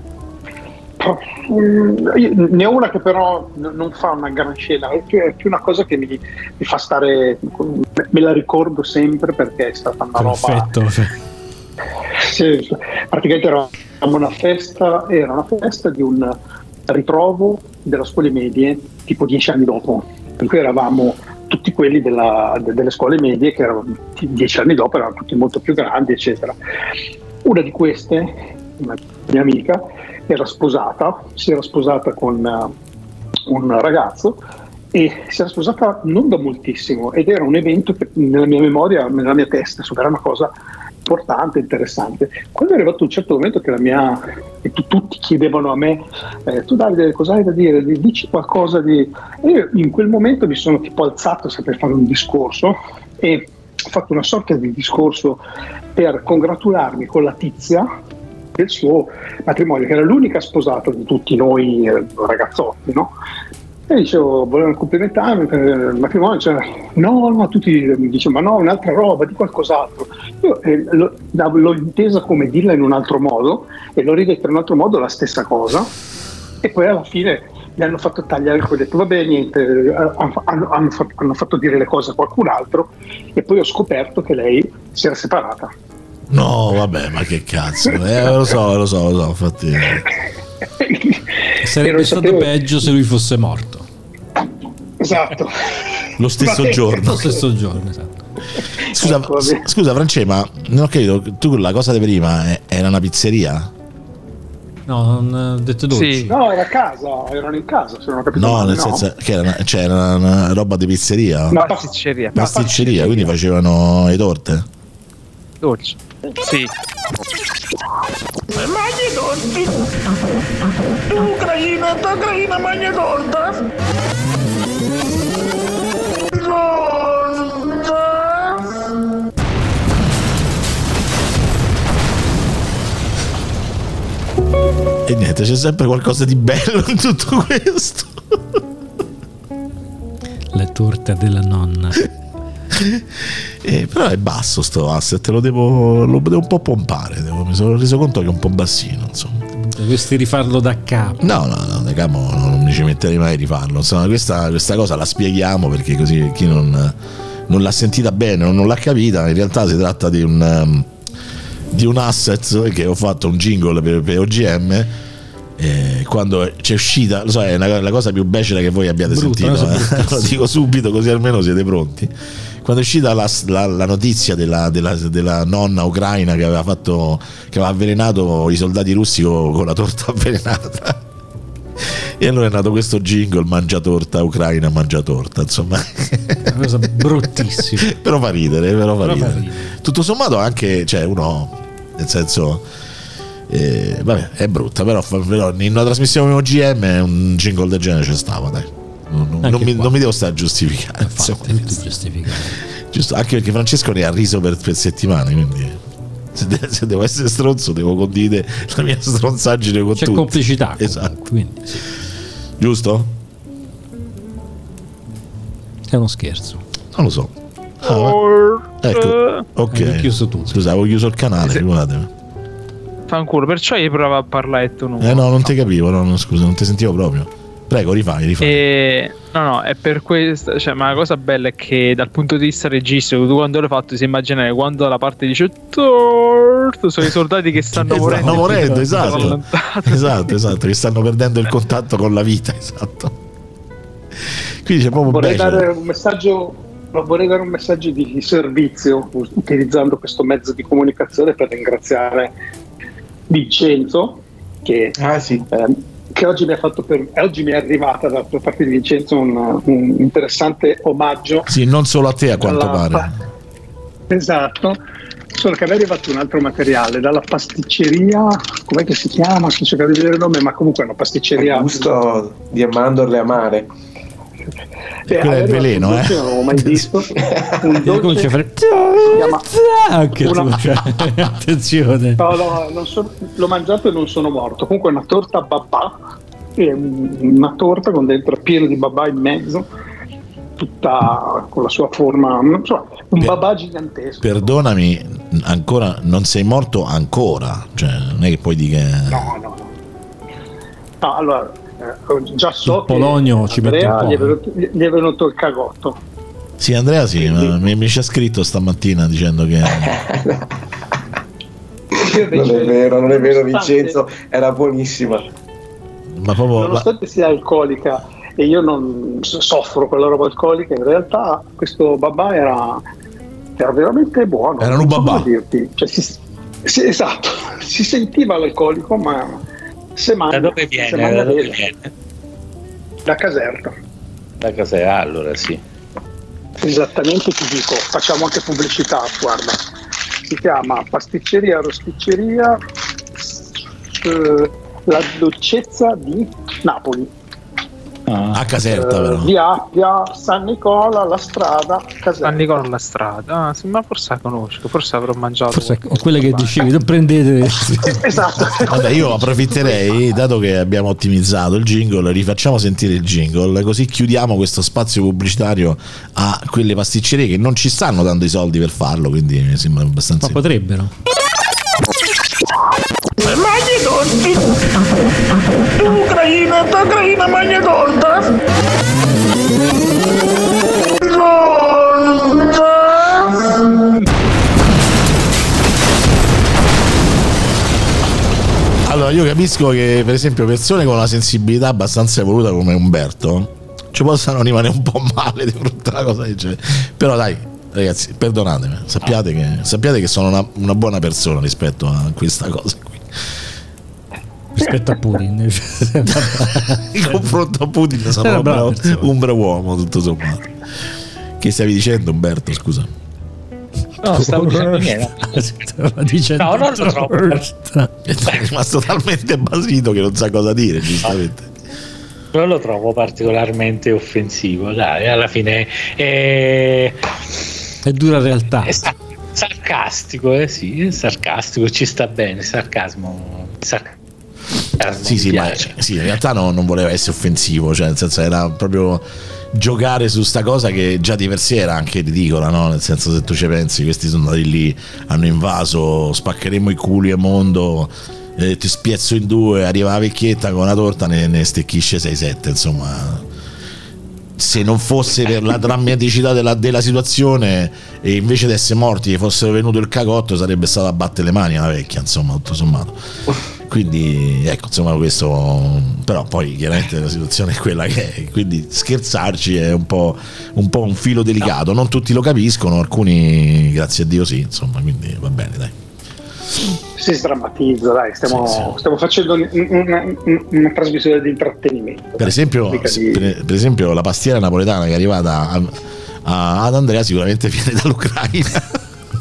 Ne ho una che però non fa una gran scena, è più una cosa che mi fa stare, me la ricordo sempre perché è stata una perfetto, roba. Sì, praticamente era una festa di un ritrovo della scuole medie tipo 10 anni dopo, per cui eravamo tutti quelli delle scuole medie che erano 10 anni dopo, erano tutti molto più grandi, eccetera. Una di queste, una mia amica, si era sposata con un ragazzo e si era sposata non da moltissimo, ed era un evento che nella mia memoria, nella mia testa, era una cosa importante, interessante. Quando è arrivato un certo momento che tutti chiedevano a me, tu Davide, cosa hai da dire? Dici qualcosa di... E io in quel momento mi sono tipo alzato per fare un discorso e ho fatto una sorta di discorso per congratularmi con la tizia del suo matrimonio, che era l'unica sposata di tutti noi ragazzotti, no? E dicevo, volevano complimentarmi per il matrimonio, cioè, no, tutti mi dicevano, ma no, un'altra roba, di qualcos'altro. Io l'ho intesa come dirla in un altro modo e l'ho ridetta in un altro modo la stessa cosa, e poi alla fine mi hanno fatto tagliare il colletto, vabbè, niente, hanno fatto dire le cose a qualcun altro, e poi ho scoperto che lei si era separata. No, vabbè, ma che cazzo, lo so, infatti. Sarebbe stato peggio se lui fosse morto. Esatto. Lo stesso giorno, esatto. Scusa Francesco, ma non ho capito, tu la cosa di prima era una pizzeria? No, non ho detto dolci. Sì. No, era a casa, erano in casa, se non ho capito. No, nel senso che era una roba di pizzeria. No, pasticceria, quindi facevano le torte. Dolci. Sì. Mangi torti. Ucraina, mangi torta. E niente, c'è sempre qualcosa di bello in tutto questo. Le torte della nonna. Però è basso sto asset, lo devo un po' pompare, mi sono reso conto che è un po' bassino, insomma. Dovresti rifarlo da capo. No, da capo non mi ci metterei mai a rifarlo, insomma. Questa cosa la spieghiamo, perché così chi non l'ha sentita bene o non l'ha capita, in realtà si tratta di un asset che ho fatto un jingle per OGM. Quando c'è uscita, lo so, è la cosa più becera che voi abbiate sentito, lo dico subito così almeno siete pronti. Quando è uscita la notizia della nonna ucraina che aveva avvelenato i soldati russi con la torta avvelenata, e allora è nato questo jingle, mangia torta Ucraina, mangia torta, insomma. Una cosa bruttissima. Però fa ridere. Tutto sommato anche, cioè, uno, nel senso, vabbè, è brutta, però in una trasmissione come OGM un jingle del genere ci stava, dai. Non mi devo stare a giustificare. Giusto, anche perché Francesco ne ha riso per settimane, quindi se devo essere stronzo devo condividere la mia stronzaggine con tutti. C'è complicità, esatto, quindi, sì. Giusto? È uno scherzo, non lo so. Ecco, ok, hai chiuso tutto. Scusa, avevo chiuso il canale, scusatemi. Fanculo, perciò io provo a parlare e tu non. No, non ti capivo, no, scusa, non ti sentivo proprio. Prego, rifai. No, è per questo, cioè, ma la cosa bella è che dal punto di vista registico, tu quando l'hai fatto si immaginare quando la parte dice torto, sono i soldati che stanno morendo. Esatto, che stanno perdendo il contatto con la vita, esatto. Quindi c'è proprio vorrei dare un messaggio vorrei dare un messaggio di servizio utilizzando questo mezzo di comunicazione per ringraziare Vincenzo che oggi oggi mi è arrivata da parte di Vincenzo un interessante omaggio. Sì, non solo a te a quanto pare. Esatto, solo che mi è arrivato un altro materiale dalla pasticceria, com'è che si chiama? Sto cercando di vedere il nome, ma comunque è una pasticceria. Gusto di mandorle amare. Quello è il veleno, non avevo mai visto un dolce anche tu, cioè, attenzione. No, l'ho mangiato e non sono morto. Comunque è una torta babà, è una torta con dentro pieno di babà in mezzo, tutta con la sua forma, insomma, un babà gigantesco. Perdonami, ancora non sei morto ancora, cioè non è che puoi dire che... No, allora già so il Polonio ci mette un po'. Gli è venuto il cagotto. Sì, Andrea mi ci ha scritto stamattina dicendo che non è vero Vincenzo, era buonissima. Ma proprio nonostante sia alcolica e io non soffro quella roba alcolica, in realtà questo babà era veramente buono. Era un babà. Cioè, esatto, si sentiva l'alcolico, ma se mangia, da dove viene? Da Caserta. Da Caserta, allora sì. Esattamente, ti dico, facciamo anche pubblicità, guarda. Si chiama Pasticceria Rosticceria La Dolcezza di Napoli. A Caserta però. Via San Nicola, la strada, Caserta. San Nicola, la strada. Sì, ma forse la conosco, forse avrò mangiato. Forse quelle che dicevi, non prendete. Esatto. Vabbè, io approfitterei, dato che abbiamo ottimizzato il jingle, rifacciamo sentire il jingle, così chiudiamo questo spazio pubblicitario a quelle pasticcerie che non ci stanno dando i soldi per farlo, quindi mi sembra abbastanza... Ma potrebbero. Ucraina magna torta. Allora, io capisco che per esempio persone con una sensibilità abbastanza evoluta come Umberto ci possano rimanere un po' male di fronte a una cosa del genere. Però dai, ragazzi, perdonatemi, sappiate che sono una buona persona rispetto a questa cosa qui. Rispetto a Putin in confronto a Putin sono un bravo uomo, tutto sommato. Che stavi dicendo, Umberto, scusa? No, stavo dicendo niente. No, non lo trovo. È rimasto talmente basito che non sa cosa dire, giustamente. Non lo trovo particolarmente offensivo, dai, alla fine è dura realtà. È sarcastico, sì, è sarcastico, ci sta bene, sarcasmo. Sì, ma sì, in realtà non voleva essere offensivo, cioè nel senso era proprio giocare su sta cosa che già di per sé era anche ridicola, no? Nel senso, se tu ci pensi, questi sono andati lì, hanno invaso, spaccheremo i culi a mondo, ti spiezzo in due, arriva la vecchietta con una torta, ne stecchisce 6-7, insomma. Se non fosse per la drammaticità della situazione e invece di essere morti gli fossero venuto il cagotto, sarebbe stato a battere le mani alla vecchia, insomma, tutto sommato. Quindi ecco, insomma, questo, però poi chiaramente la situazione è quella che è, quindi scherzarci è un po' un filo delicato, non tutti lo capiscono, alcuni grazie a Dio sì, insomma, quindi va bene, dai. Si sdrammatizza, dai, stiamo facendo una trasmissione di intrattenimento. Per esempio la pastiera napoletana che è arrivata ad Andrea sicuramente viene dall'Ucraina.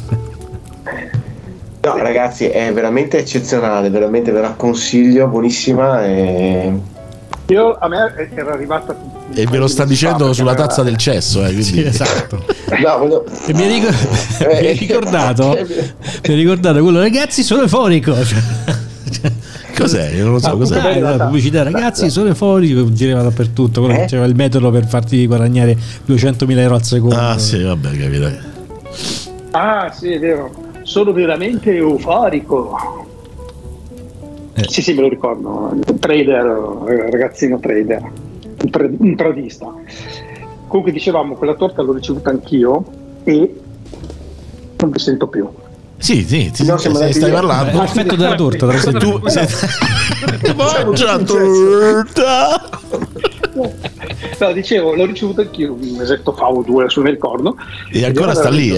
No, ragazzi, è veramente eccezionale, veramente ve la consiglio, buonissima. A me era arrivata e ve lo sta dicendo sulla tazza del cesso, quindi. Sì, esatto. No, e mi hai ricordato quello, ragazzi, sono euforico. Cos'è? Io non lo so cos'è. La pubblicità, ragazzi, sono euforico, girava dappertutto, quello che c'era il metodo per farti guadagnare 200.000 euro al secondo. Ah sì, vabbè, capito. Ah sì, è vero, sono veramente euforico. Sì, me lo ricordo. Trader, ragazzino trader, un tradista. Comunque dicevamo, quella torta l'ho ricevuta anchio e non mi sento più. Sì, stai parlando. L'effetto della torta. Se tu mangi la torta. No, dicevo, l'ho ricevuto anch'io un mesetto fa o 2, adesso non mi ricordo. E ancora sta lì,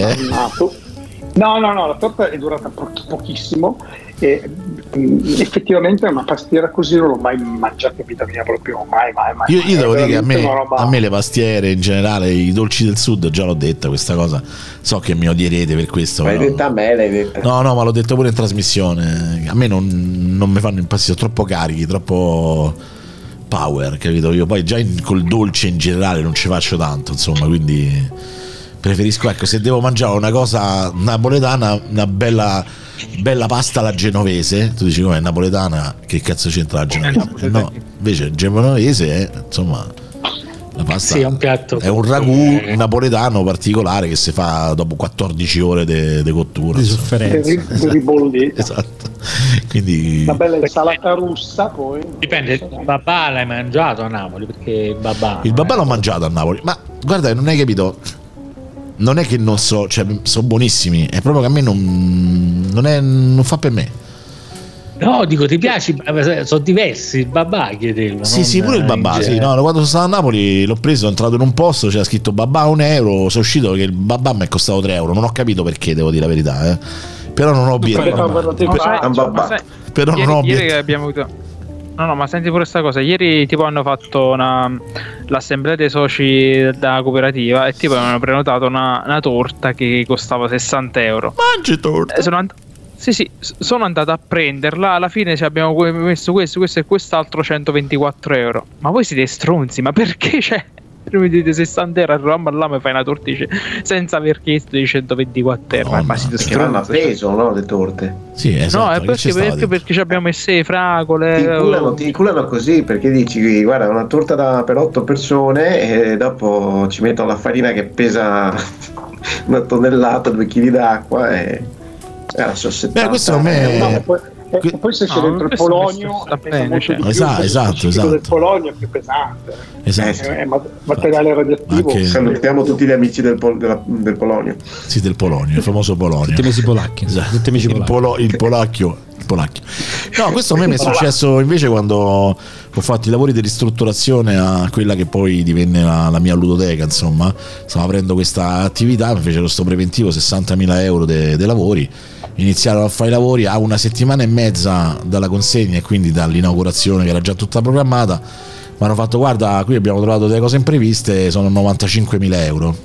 No, la torta è durata pochissimo e effettivamente una pastiera così non l'ho mai mangiata in vita mia, proprio mai. Io devo dire che a me le pastiere in generale, i dolci del sud, già l'ho detta questa cosa, so che mi odierete per questo. L'hai detta a me, l'hai detta. No, ma l'ho detto pure in trasmissione. A me non mi fanno impazzire, troppo carichi, troppo power, capito? Io poi già col dolce in generale non ci faccio tanto, insomma, quindi preferisco, ecco, se devo mangiare una cosa napoletana, una bella pasta alla genovese. Tu dici com'è napoletana, che cazzo c'entra la genovese? No, invece il genovese è, insomma, la pasta è un piatto, è un ragù napoletano particolare che si fa dopo 14 ore di cottura, di sofferenza, ribollita. Esatto. Quindi una bella insalata russa, poi dipende. Il babà l'hai mangiato a Napoli? Perché il babà l'ho mangiato a Napoli, ma guarda, non hai capito, non è che non so, cioè sono buonissimi, è proprio che a me non fa per me. No, dico, ti piace? Sono diversi il babà, chiedevo. Sì, pure il babà, sì, no, quando sono stato a Napoli l'ho preso, sono entrato in un posto, c'era scritto babà €1, sono uscito che il babà mi è costato €3, non ho capito perché, devo dire la verità, però non ho obiettivo. Però non ho ieri abbiamo avuto. No, ma senti pure sta cosa. Ieri tipo hanno fatto l'assemblea dei soci da cooperativa e tipo avevano prenotato una torta che costava €60. Mangi torta? Sì, sono andato a prenderla. Alla fine ci abbiamo messo questo e quest'altro €124. Ma voi siete stronzi, ma perché c'è? Mi dite €60, arriviamo là, mi fai una tortice senza aver chiesto di €124. Ma siete stronzi, vanno a peso, no? Le torte. Sì, esatto. No, è perché ci abbiamo messo le fragole. Ti inculano così, perché dici, guarda, una torta per 8 persone e dopo ci mettono la farina che pesa 1 tonnellata, 2 kg d'acqua e era sossettata. Beh, questo a me... poi se c'è dentro il polonio esatto. del polonio è più pesante, è materiale radioattivo. Salutiamo tutti gli amici del polonio. Sì, del polonio, il famoso polonio. Tutti amici polacchi. Il polacchio. No, questo a me mi è successo invece quando ho fatto i lavori di ristrutturazione a quella che poi divenne la mia ludoteca, insomma. Stavo aprendo questa attività, mi fecero sto preventivo €60.000 dei lavori. Iniziarono a fare i lavori a 1 settimana e mezza dalla consegna e quindi dall'inaugurazione, che era già tutta programmata. Mi hanno fatto: guarda, qui abbiamo trovato delle cose impreviste, sono €95.000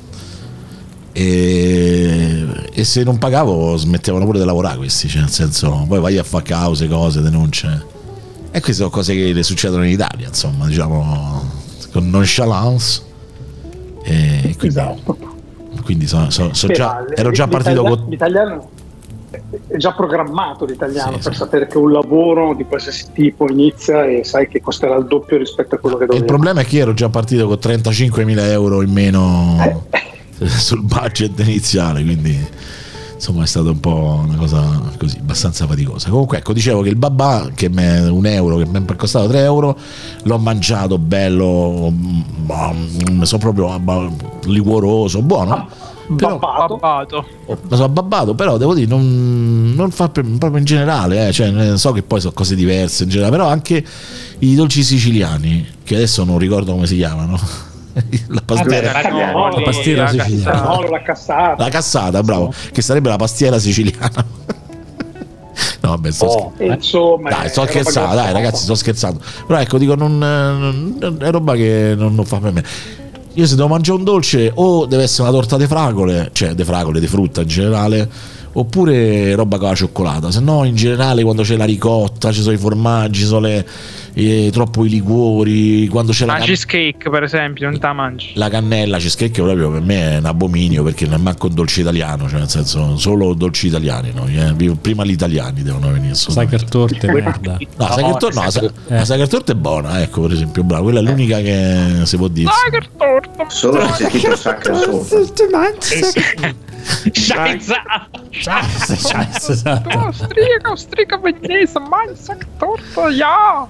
e se non pagavo smettevano pure di lavorare questi, cioè nel senso, poi vai a fare cause, denunce, e queste sono cose che le succedono in Italia, insomma, diciamo con nonchalance, e quindi, esatto. Quindi ero già partito con l'italiano. È già programmato l'italiano per sì. sapere che un lavoro di qualsiasi tipo inizia e sai che costerà il doppio rispetto a quello che doveva. Il problema è che io ero già partito con €35.000 in meno sul budget iniziale, quindi insomma è stata un po' una cosa così abbastanza faticosa. Comunque, ecco, dicevo che il babà, che è €1, che mi è costato €3, l'ho mangiato bello, sono proprio liquoroso, buono. Babbato. Ma sono babbato, però devo dire non fa proprio in generale, cioè, so che poi sono cose diverse in generale, però anche i dolci siciliani, che adesso non ricordo come si chiamano. La pastiera siciliana, la cassata, bravo, che sarebbe la pastiera siciliana. No, vabbè, insomma, dai, sto scherzando, dai ragazzi, sto scherzando, però ecco, dico, è roba che non fa per me. Io se devo mangiare un dolce, o deve essere una torta di fragole, cioè di fragole, di frutta in generale, oppure roba con la cioccolata. Se no, in generale, quando c'è la ricotta, ci sono i formaggi, ci sono troppo i liquori, quando c'è la cheesecake, per esempio, non te la mangi. La cannella, cheesecake proprio per me è un abominio, perché non è manco un dolce italiano, cioè nel senso, solo dolci italiani, no? Prima gli italiani devono venire. Sacher torte, merda. No, la Sacher torte è buona, ecco, per esempio, bravo, quella è l'unica che si può dire. Sacher torte. Solo se c'è scritto Sacher sopra. Scheiße. Austrica vegnese, mein Sacher torte, ja.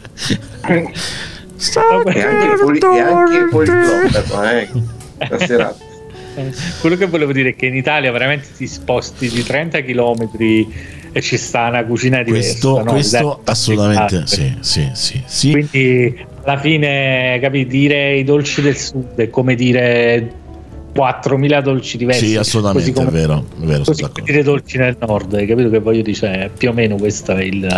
E anche il poliglotto, la serata. Quello che volevo dire è che in Italia veramente ti sposti di 30 chilometri e ci sta una cucina diversa. Questo assolutamente sì. Quindi alla fine, capi, dire i dolci del sud è come dire 4.000 dolci diversi. Sì, assolutamente, è vero, così dire dolci nel nord, hai capito che voglio dire? Cioè, più o meno questo è il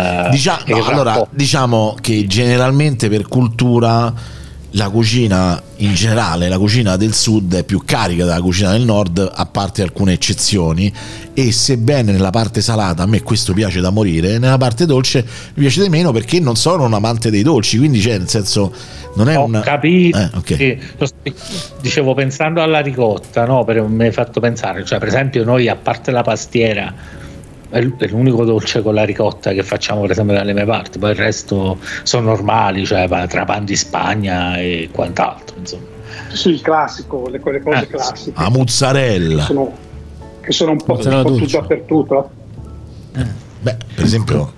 diciamo che generalmente per cultura la cucina in generale, la cucina del sud è più carica della cucina del nord, a parte alcune eccezioni, e sebbene nella parte salata a me questo piace da morire, nella parte dolce mi piace di meno perché non sono un amante dei dolci, quindi c'è, nel senso, non è Ho capito, okay. Sì. Dicevo, pensando alla ricotta, no? Mi hai fatto pensare, cioè per esempio noi, a parte la pastiera, è l'unico dolce con la ricotta che facciamo per esempio dalle mie parti, poi il resto sono normali, cioè tra pan di Spagna e quant'altro, insomma. Sì, il classico, quelle cose classiche. La mozzarella. Che sono un po' tutto dappertutto. Beh, per esempio,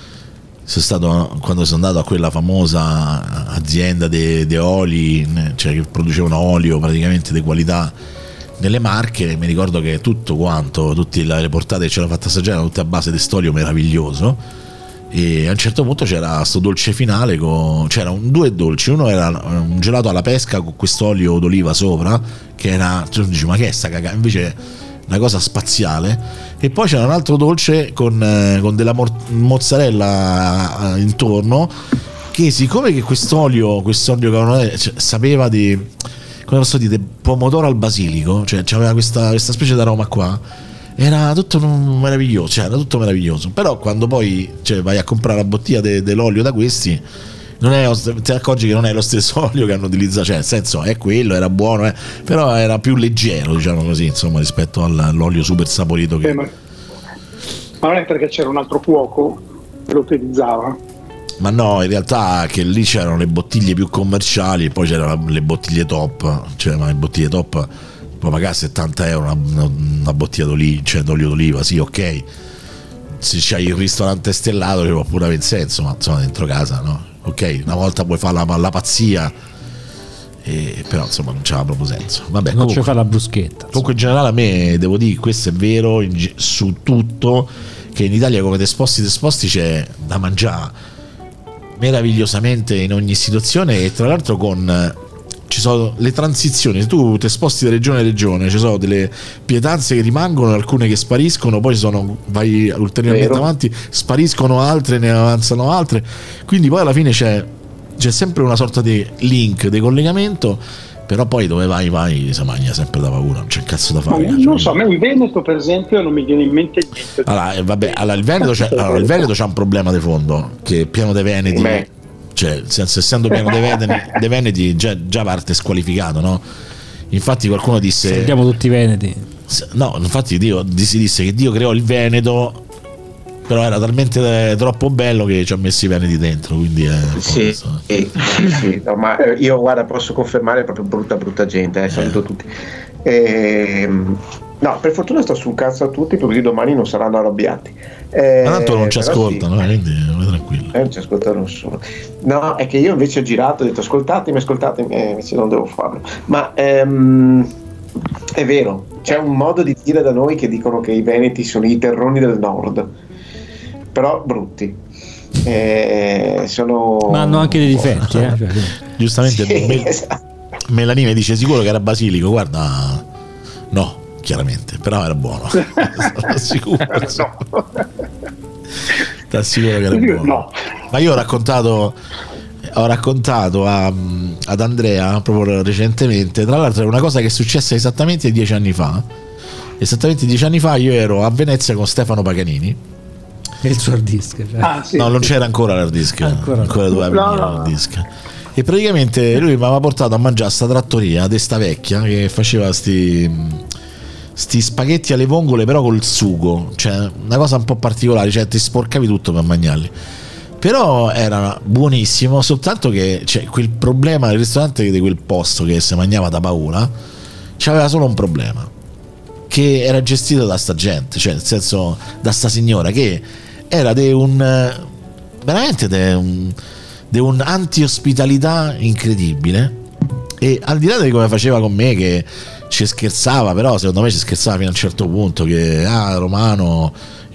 quando sono andato a quella famosa azienda di oli, cioè che producevano olio praticamente di qualità nelle Marche, mi ricordo che tutte le portate che c'era fatta assaggiare erano tutte a base di st'olio meraviglioso, e a un certo punto c'era sto dolce finale c'erano due dolci, uno era un gelato alla pesca con quest'olio d'oliva sopra, che era, tu dici, ma che è sta cagata, invece una cosa spaziale, e poi c'era un altro dolce con della mozzarella intorno, che siccome che quest'olio sapeva di, come posso dire, pomodoro al basilico, cioè aveva questa specie di aroma qua, era tutto meraviglioso, però quando poi vai a comprare la bottiglia dell'olio da questi, ti accorgi che non è lo stesso olio che hanno utilizzato, cioè nel senso è quello, era buono, però era più leggero, diciamo così, insomma, rispetto all'olio super saporito che... ma non è perché c'era un altro cuoco che lo utilizzava? Ma no, in realtà che lì c'erano le bottiglie più commerciali e poi c'erano le bottiglie top, ma le bottiglie top puoi pagare 70 euro una bottiglia d'olio d'oliva, sì, ok, se c'hai il ristorante stellato ci può pure avere senso, ma insomma dentro casa no, ok, una volta puoi fare la pazzia, però insomma non c'aveva proprio senso. Vabbè, non ci fa la bruschetta. Comunque in generale a me, devo dire, questo è vero su tutto, che in Italia come te sposti c'è da mangiare meravigliosamente in ogni situazione, e tra l'altro ci sono le transizioni, se tu ti sposti da regione a regione ci sono delle pietanze che rimangono, alcune che spariscono, poi vai ulteriormente avanti, spariscono altre, ne avanzano altre, quindi poi alla fine c'è sempre una sorta di link, di collegamento, però poi dove vai si mangia sempre da paura, non c'è cazzo da fare. Non so, a me il Veneto per esempio non mi viene in mente niente. Il Veneto c'ha un problema di fondo, che è pieno di veneti, cioè essendo pieno di veneti già parte squalificato, no? Infatti qualcuno disse, sentiamo tutti i veneti, no, infatti si disse che Dio creò il Veneto, però era talmente troppo bello che ci ha messo i veneti dentro, quindi sì, no, ma io guarda, posso confermare, è proprio brutta gente, saluto tutti, no, per fortuna sto sul cazzo a tutti, perché domani non saranno arrabbiati, ma tanto non ci ascoltano, quindi vai tranquillo, non ci ascoltano nessuno. No, è che io invece ho girato e ho detto ascoltatemi, invece non devo farlo, ma è vero, c'è un modo di dire da noi che dicono che i veneti sono i terroni del nord, però brutti, ma hanno anche dei difetti, giustamente. Sì, esatto. Melanina dice sicuro che era basilico, guarda, no, chiaramente, però era buono. Sicuro, t'assicuro che era buono. No. Ma io ho raccontato ad Andrea proprio recentemente, tra l'altro è una cosa che è successa esattamente 10 anni fa. Esattamente 10 anni fa io ero a Venezia con Stefano Paganini. E il suo hard disk, sì, no, non c'era ancora l'hard disk, ancora doveva venire l'hard disk. E praticamente lui mi aveva portato a mangiare sta trattoria di sta vecchia che faceva sti spaghetti alle vongole però col sugo, cioè una cosa un po' particolare, cioè ti sporcavi tutto per mangiarli, però era buonissimo, soltanto che quel problema, il ristorante di quel posto che si mangiava da paura c'aveva solo un problema, che era gestito da sta gente, cioè nel senso da sta signora che era veramente di un anti-ospitalità incredibile, e al di là di come faceva con me, che ci scherzava, però secondo me ci scherzava fino a un certo punto, che romano,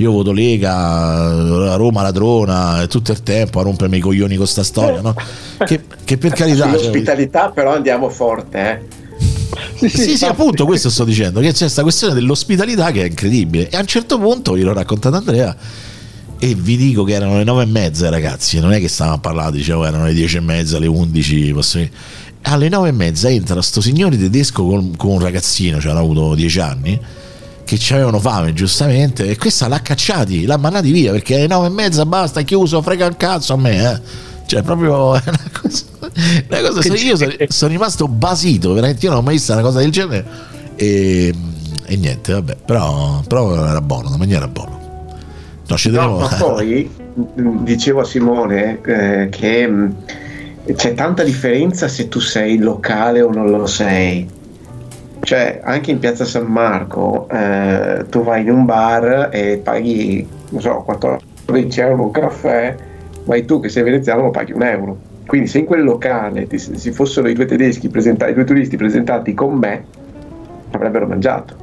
io voto Lega, Roma ladrona, tutto il tempo a rompermi i coglioni con sta storia, no? Che per carità, l'ospitalità però andiamo forte, Sì, appunto, questo sto dicendo, che c'è questa questione dell'ospitalità che è incredibile. E a un certo punto, io l'ho raccontato a Andrea, e vi dico che erano le 9:30, ragazzi, non è che stavamo a parlare, dicevo erano le 10:30, le 11, alle 9:30 entra sto signore tedesco con un ragazzino, cioè hanno avuto 10 anni, che avevano fame giustamente, e questa l'ha cacciati, l'ha mandati via, perché alle 9:30 basta, è chiuso, frega un cazzo a me, cioè proprio è una cosa io sono rimasto basito, veramente, io non ho mai visto una cosa del genere, e niente, vabbè, però era buono, da mangiare era buono. Ma poi dicevo a Simone che c'è tanta differenza se tu sei locale o non lo sei. Cioè anche in piazza San Marco tu vai in un bar e paghi, non so, 14 euro un caffè, vai tu che sei veneziano lo paghi €1. Quindi se in quel locale si fossero i due tedeschi i due turisti presentati con me, avrebbero mangiato.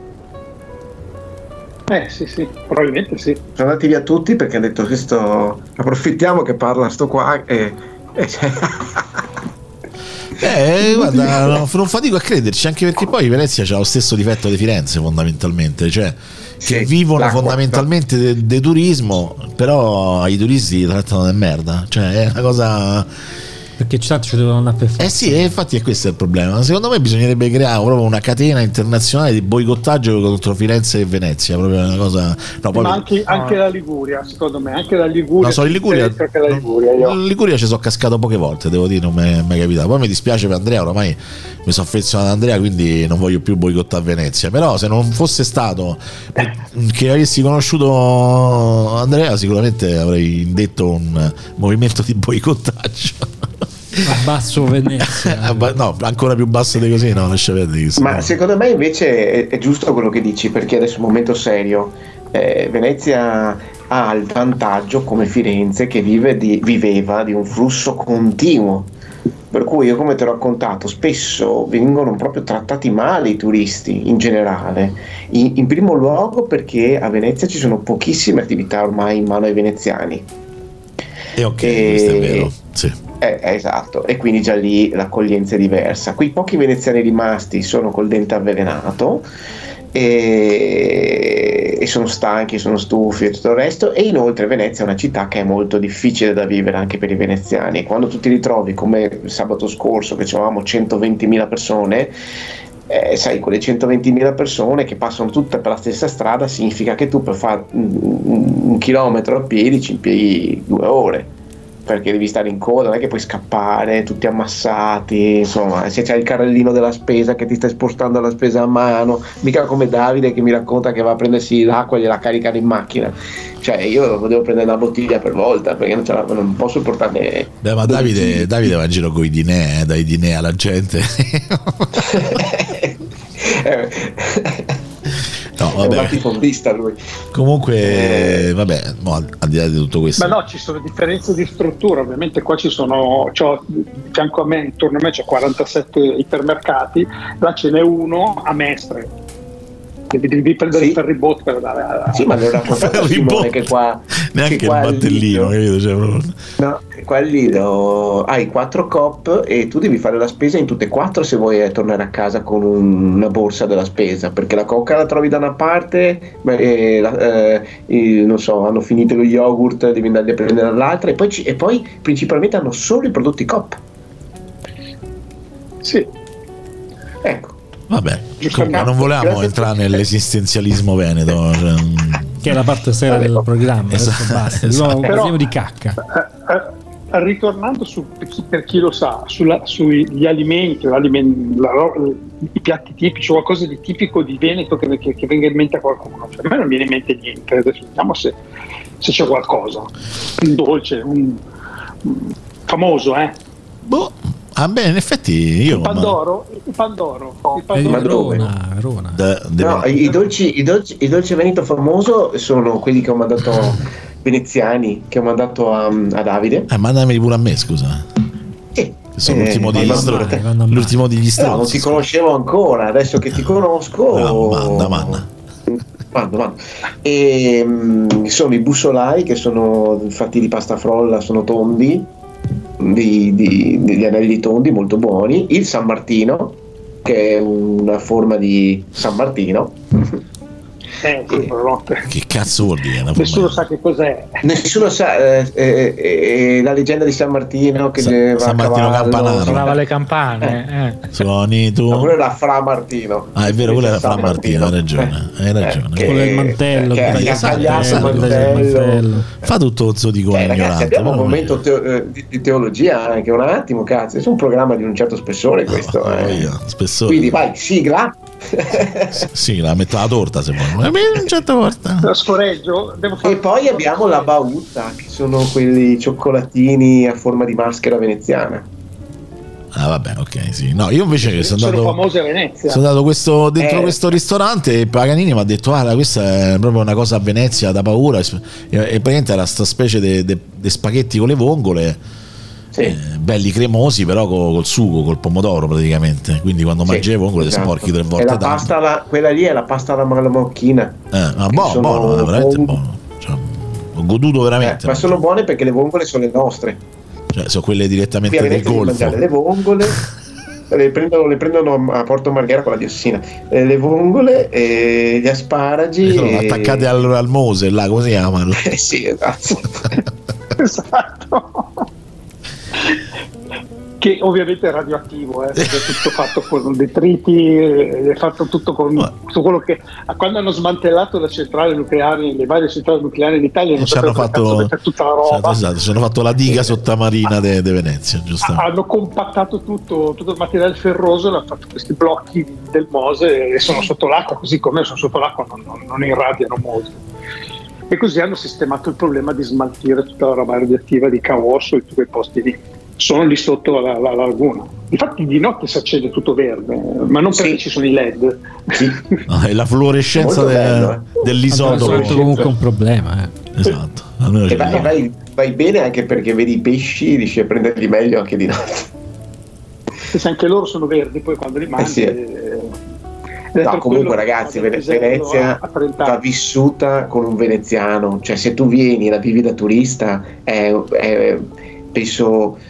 Sì, probabilmente sì. Sono andati via tutti perché hanno detto questo, approfittiamo che parla sto qua guarda, non fatico a crederci, anche perché poi Venezia c'ha lo stesso difetto di Firenze fondamentalmente, cioè che vivono fondamentalmente del turismo, però i turisti trattano di merda, cioè è una cosa, perché tanto ci devono andare per forza. Sì, infatti è questo il problema. Secondo me bisognerebbe creare proprio una catena internazionale di boicottaggio contro Firenze e Venezia, proprio una cosa. No, poi... Ma anche la Liguria, secondo me, anche la Liguria. No, so, in Liguria ci sono cascato poche volte, devo dire, non mi è mai capitato. Poi mi dispiace per Andrea, ormai mi sono affezionato ad Andrea, quindi non voglio più boicottare Venezia. Però se non fosse stato che avessi conosciuto Andrea, sicuramente avrei indetto un movimento di boicottaggio. Basso Venezia. No, ancora più basso di così, no, lascia perdere. Ma secondo me invece è giusto quello che dici, perché adesso è un momento serio. Venezia ha il vantaggio, come Firenze, che viveva di un flusso continuo, per cui io, come ti ho raccontato, spesso vengono proprio trattati male i turisti in generale, in primo luogo perché a Venezia ci sono pochissime attività ormai in mano ai veneziani. Questo è vero, sì. Esatto, e quindi già lì l'accoglienza è diversa. Quei pochi veneziani rimasti sono col dente avvelenato e sono stanchi, sono stufi e tutto il resto, e inoltre Venezia è una città che è molto difficile da vivere anche per i veneziani. Quando tu ti ritrovi come sabato scorso che avevamo 120.000 persone, sai, quelle 120.000 persone che passano tutte per la stessa strada significa che tu per fare un chilometro a piedi ci impieghi 2 ore, perché devi stare in coda, non è che puoi scappare, tutti ammassati, insomma, se c'è il carrellino della spesa che ti stai spostando la spesa a mano, mica come Davide che mi racconta che va a prendersi l'acqua e gliela caricare in macchina. Cioè io devo prendere una bottiglia per volta perché non posso portarne. Beh, ma Davide va in giro con i dinè, dai dinè alla gente. No, vabbè. È un latifondista lui. Comunque, vabbè, al di là di tutto questo. Ma no, ci sono differenze di struttura. Ovviamente qua c'ho di fianco a me, intorno a me c'è 47 ipermercati, là ce n'è uno a Mestre. Devi prendere il ferryboat per andare a... Sì, ma non raccontato Simone che qua neanche che qua il battellino, capito? Cioè, no, qua al Lido hai 4 Coop e tu devi fare la spesa in tutte e 4 se vuoi tornare a casa con una borsa della spesa, perché la Coca la trovi da una parte, non so, hanno finito lo yogurt, devi andare a prendere dall'altra, e poi principalmente hanno solo i prodotti Coop. Sì. Ecco. Vabbè, ma non volevamo entrare nell'esistenzialismo veneto, cioè... che è la parte seria del programma. Esatto. Parliamo di cacca. Ritornando per chi lo sa, sugli alimenti, i piatti tipici, o qualcosa di tipico di Veneto che venga in mente a qualcuno. Cioè, a me non viene in mente niente. Adesso vediamo se c'è qualcosa. Un dolce, un famoso, Boh. Ah, beh, in effetti io. Il Pandoro. Rona. No, i dolci Veneto famoso sono quelli che ho mandato veneziani, che ho mandato a Davide. Mandameli pure a me, scusa. Sono l'ultimo degli stronzi. L'ultimo degli stronzi. No, non ti conoscevo ancora, adesso che ti conosco. Manda. Mando. E sono i bussolai, che sono fatti di pasta frolla, sono tondi, degli anelli tondi molto buoni. Il San Martino, che è una forma di San Martino. Che cazzo vuol dire? Nessuno sa che cos'è. Nessuno sa. La leggenda di San Martino che San Martino Campanaro suonava le campane. Suoni tu. Quello era Fra Martino. È vero, quello era Fra Martino. Hai ragione. Quello è il mantello. Fa tutto il suo dico. Ragazzi, abbiamo un momento di teologia anche un attimo, cazzo. È un programma di un certo spessore questo. Spessore. Quindi vai, sigla. Sì, la metto la torta se vuoi. Non c'è torta. La scoreggio. E poi abbiamo la bauta, che sono quelli cioccolatini a forma di maschera veneziana. Vabbè, ok, sì. No, io invece che sono andato famose a Venezia. Sono andato dentro questo ristorante e Paganini mi ha detto: guarda, questa è proprio una cosa a Venezia da paura. E praticamente era sta specie di spaghetti con le vongole. Belli cremosi, però col sugo, col pomodoro praticamente. Quindi quando mangi le vongole le sporchi 3 volte tanto. Quella lì è la pasta alla malmocchina. Buono, veramente buono. Cioè, ho goduto veramente. Ma sono buone perché le vongole sono le nostre. Cioè, sono quelle direttamente del Golfo. Le vongole le prendono a Porto Marghera con la diossina. Le vongole e gli asparagi sono attaccate al Mose, là, come si chiamano? Sì, esatto. Esatto. Che ovviamente è radioattivo, perché è tutto fatto con detriti, è fatto tutto con tutto quello che quando hanno smantellato le centrali nucleari, le varie centrali nucleari in Italia, non ci hanno fatto tutta la roba. Esatto, ci hanno fatto la diga sottomarina di Venezia, giustamente. Hanno compattato tutto il materiale ferroso e hanno fatto questi blocchi del Mose e sono sotto l'acqua, così come sono sotto l'acqua non irradiano molto. E così hanno sistemato il problema di smaltire tutta la roba radioattiva di Caorso e tutti quei posti lì. Sono lì sotto la laguna. Infatti di notte si accende tutto verde, ma non perché ci sono i LED. Sì. È la fluorescenza dell'isotopo. È comunque un problema. Esatto. E vai bene anche perché vedi i pesci, riesci a prenderli meglio anche di notte. Se anche loro sono verdi, poi quando li mangi... No, comunque ragazzi, Venezia va vissuta con un veneziano. Cioè se tu vieni e la vivi da turista penso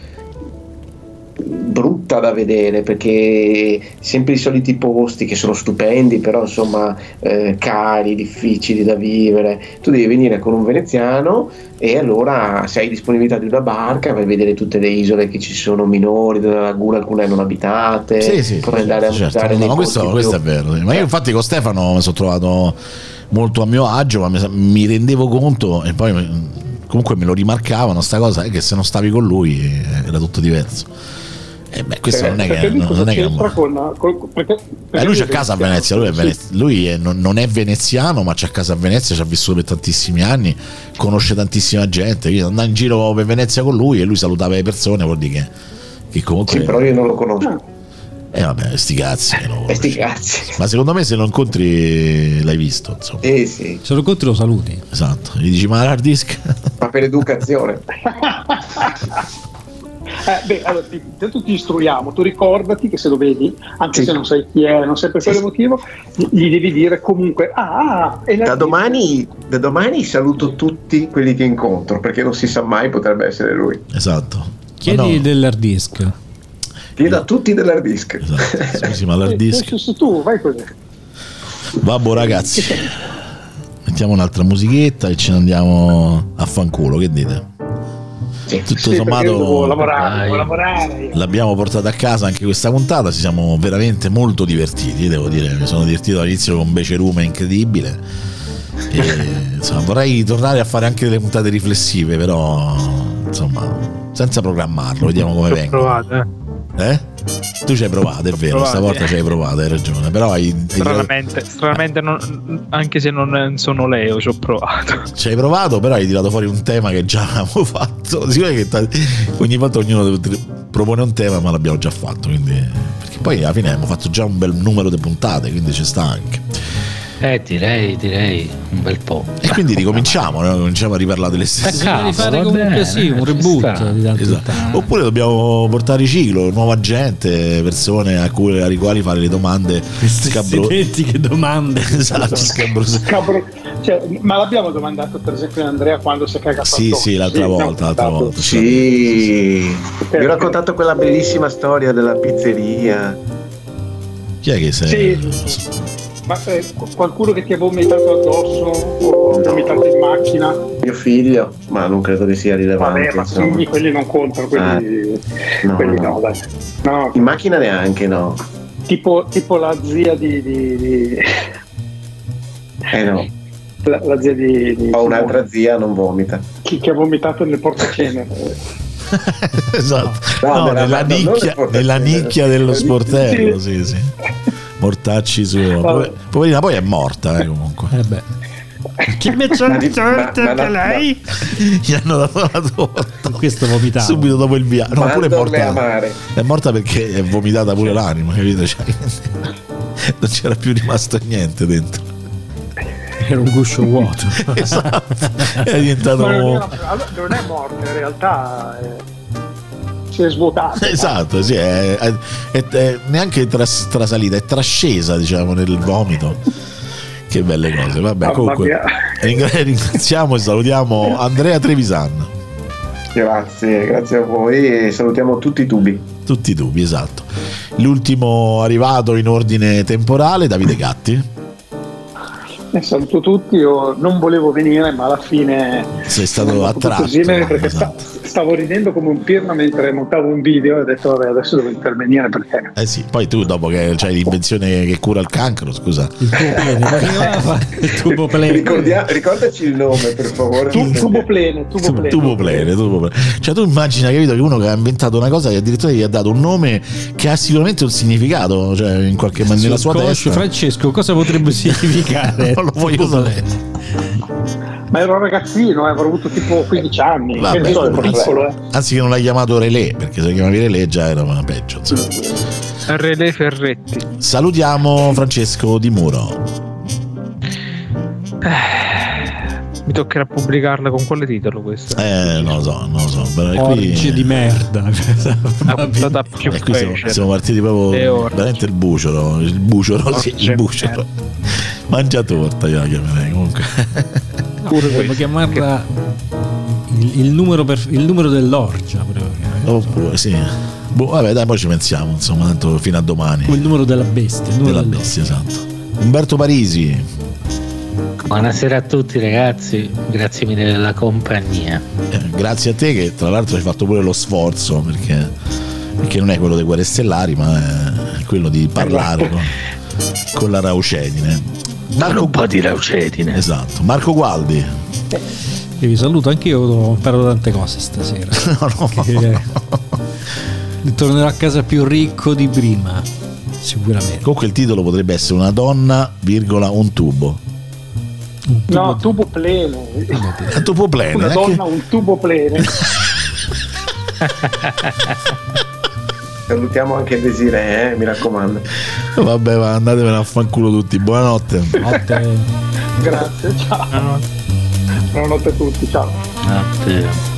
brutta da vedere, perché sempre i soliti posti che sono stupendi, però insomma cari, difficili da vivere. Tu devi venire con un veneziano e allora se hai disponibilità di una barca vai a vedere tutte le isole che ci sono minori della laguna, alcune non abitate, puoi andare a visitare no, questo è vero, ma io infatti con Stefano mi sono trovato molto a mio agio, ma mi rendevo conto e poi comunque me lo rimarcavano sta cosa, che se non stavi con lui era tutto diverso. Questo non è che lui c'ha casa a Venezia, lui non è veneziano, ma c'ha casa a Venezia, ci ha vissuto per tantissimi anni, conosce tantissima gente. Io andavo in giro per Venezia con lui e lui salutava le persone, vuol dire che comunque sì, però io non lo conosco. Vabbè, sti cazzi. Ma secondo me se lo incontri l'hai visto, insomma. Sì. Se lo incontri lo saluti. Esatto, gli dici ma l'hard disk? Ma per educazione. Allora, intanto ti istruiamo, tu ricordati che se lo vedi, anche se non sai chi è, non sai per quale motivo, gli devi dire comunque da domani saluto tutti quelli che incontro, perché non si sa mai, potrebbe essere lui. Esatto. Chiedi dell'hard disk. Chiedi a tutti dell'hard disk. Esatto. Scusi, ma l'hard disk tu vai così. Vabbè ragazzi, mettiamo un'altra musichetta e ce ne andiamo a fanculo, che dite? Tutto sommato devo lavorare. L'abbiamo portata a casa anche questa puntata, ci siamo veramente molto divertiti, devo dire, mi sono divertito all'inizio con Becerume incredibile e, insomma, vorrei tornare a fare anche delle puntate riflessive, però insomma senza programmarlo, vediamo come vengono. Tu ci hai provato, è vero, stavolta ci hai provato, hai ragione, però stranamente anche se non sono Leo ci ho provato. Ci hai provato, però hai tirato fuori un tema che già avevamo fatto. Sicuro che ogni volta ognuno propone un tema, ma l'abbiamo già fatto, quindi, perché poi alla fine abbiamo fatto già un bel numero di puntate, quindi ci sta anche. Direi un bel po'. E quindi ricominciamo, no? Cominciamo a riparlare delle stesse. Bisogna fare comunque un reboot di tanto esatto. tempo. Oppure dobbiamo portare riciclo, nuova gente, persone ai quali fare le domande identiche domande. Esatto, scabrose. Cioè, ma l'abbiamo domandato per esempio a Andrea quando si è cagato sì, l'altra volta. Sì, vi ho raccontato quella bellissima storia della pizzeria. Chi è che sei? Sì. Ma qualcuno che ti ha vomitato addosso o vomitato in macchina? Mio figlio, ma non credo che sia rilevante. Vabbè, ma quindi quelli non contano, quelli no, dai. No. In macchina neanche, no. Tipo la zia di... no. La zia di ho un'altra zia, non vomita. Chi ha vomitato nel portacenere. Esatto. No, nella nicchia dello sportello, sì. Mortacci suo. Poverina, poi è morta, comunque. Chi mi ha lei? Gli hanno dato la torta. Questo vomitato subito dopo il viaggio. No, pure è morta. Amare. È morta perché è vomitata pure l'anima, capito? Cioè, non c'era più rimasto niente dentro. Era un guscio vuoto. Esatto. È diventato. Non è morta, in realtà si è svuotata. Esatto, sì, è neanche trasalita, è trascesa, diciamo, nel vomito. Che belle cose. Vabbè, comunque ringraziamo e salutiamo Andrea Trevisan. Grazie a voi e salutiamo tutti i tubi. Tutti i tubi, esatto. L'ultimo arrivato in ordine temporale, Davide Gatti. Saluto tutti, io non volevo venire ma alla fine sei stato attratto perché esatto. Stavo ridendo come un pirla mentre montavo un video e ho detto vabbè adesso devo intervenire perché sì, poi tu dopo che c'hai l'invenzione che cura il cancro, scusa, il tubo plene. Ricordaci il nome per favore. Tubo plene. Cioè tu immagina, capito, che uno che ha inventato una cosa che addirittura gli ha dato un nome che ha sicuramente un significato, cioè in qualche maniera nella sua testa. Francesco, cosa potrebbe significare? Non lo voglio sapere. Ma ero un ragazzino, avrò avuto tipo 15 anni. Vabbè, piccolo, anzi che non l'hai chiamato Relè, perché se lo chiamavi Relè già era peggio, insomma. Relè Ferretti. Salutiamo Francesco Di Muro. Mi toccherà pubblicarla con quale titolo questo? Non lo so. Orge di merda. Più qui siamo partiti proprio veramente il buciolo. Mangia torta, io la chiamerei comunque. Dobbiamo chiamarla il numero dell'orgia oppure sì. Vabbè, dai, poi ci pensiamo, insomma, tanto fino a domani. Il numero della bestia. Esatto. Umberto Parisi. Buonasera a tutti ragazzi, grazie mille della compagnia. Grazie a te che tra l'altro hai fatto pure lo sforzo perché non è quello dei Guerre Stellari ma è quello di parlare con la Raucedine. Un po' di Raucedine. Esatto. Marco Gualdi. Io vi saluto, anche io ho imparato tante cose stasera. Tornerò a casa più ricco di prima, sicuramente. Comunque il titolo potrebbe essere Una donna, un tubo. No, tubo plene. Tubo plene. Una donna, un tubo plene. Salutiamo anche Desiree, mi raccomando. Vabbè, andatevene a fanculo tutti. Buonanotte. Grazie, ciao. Buonanotte a tutti, ciao. Notte.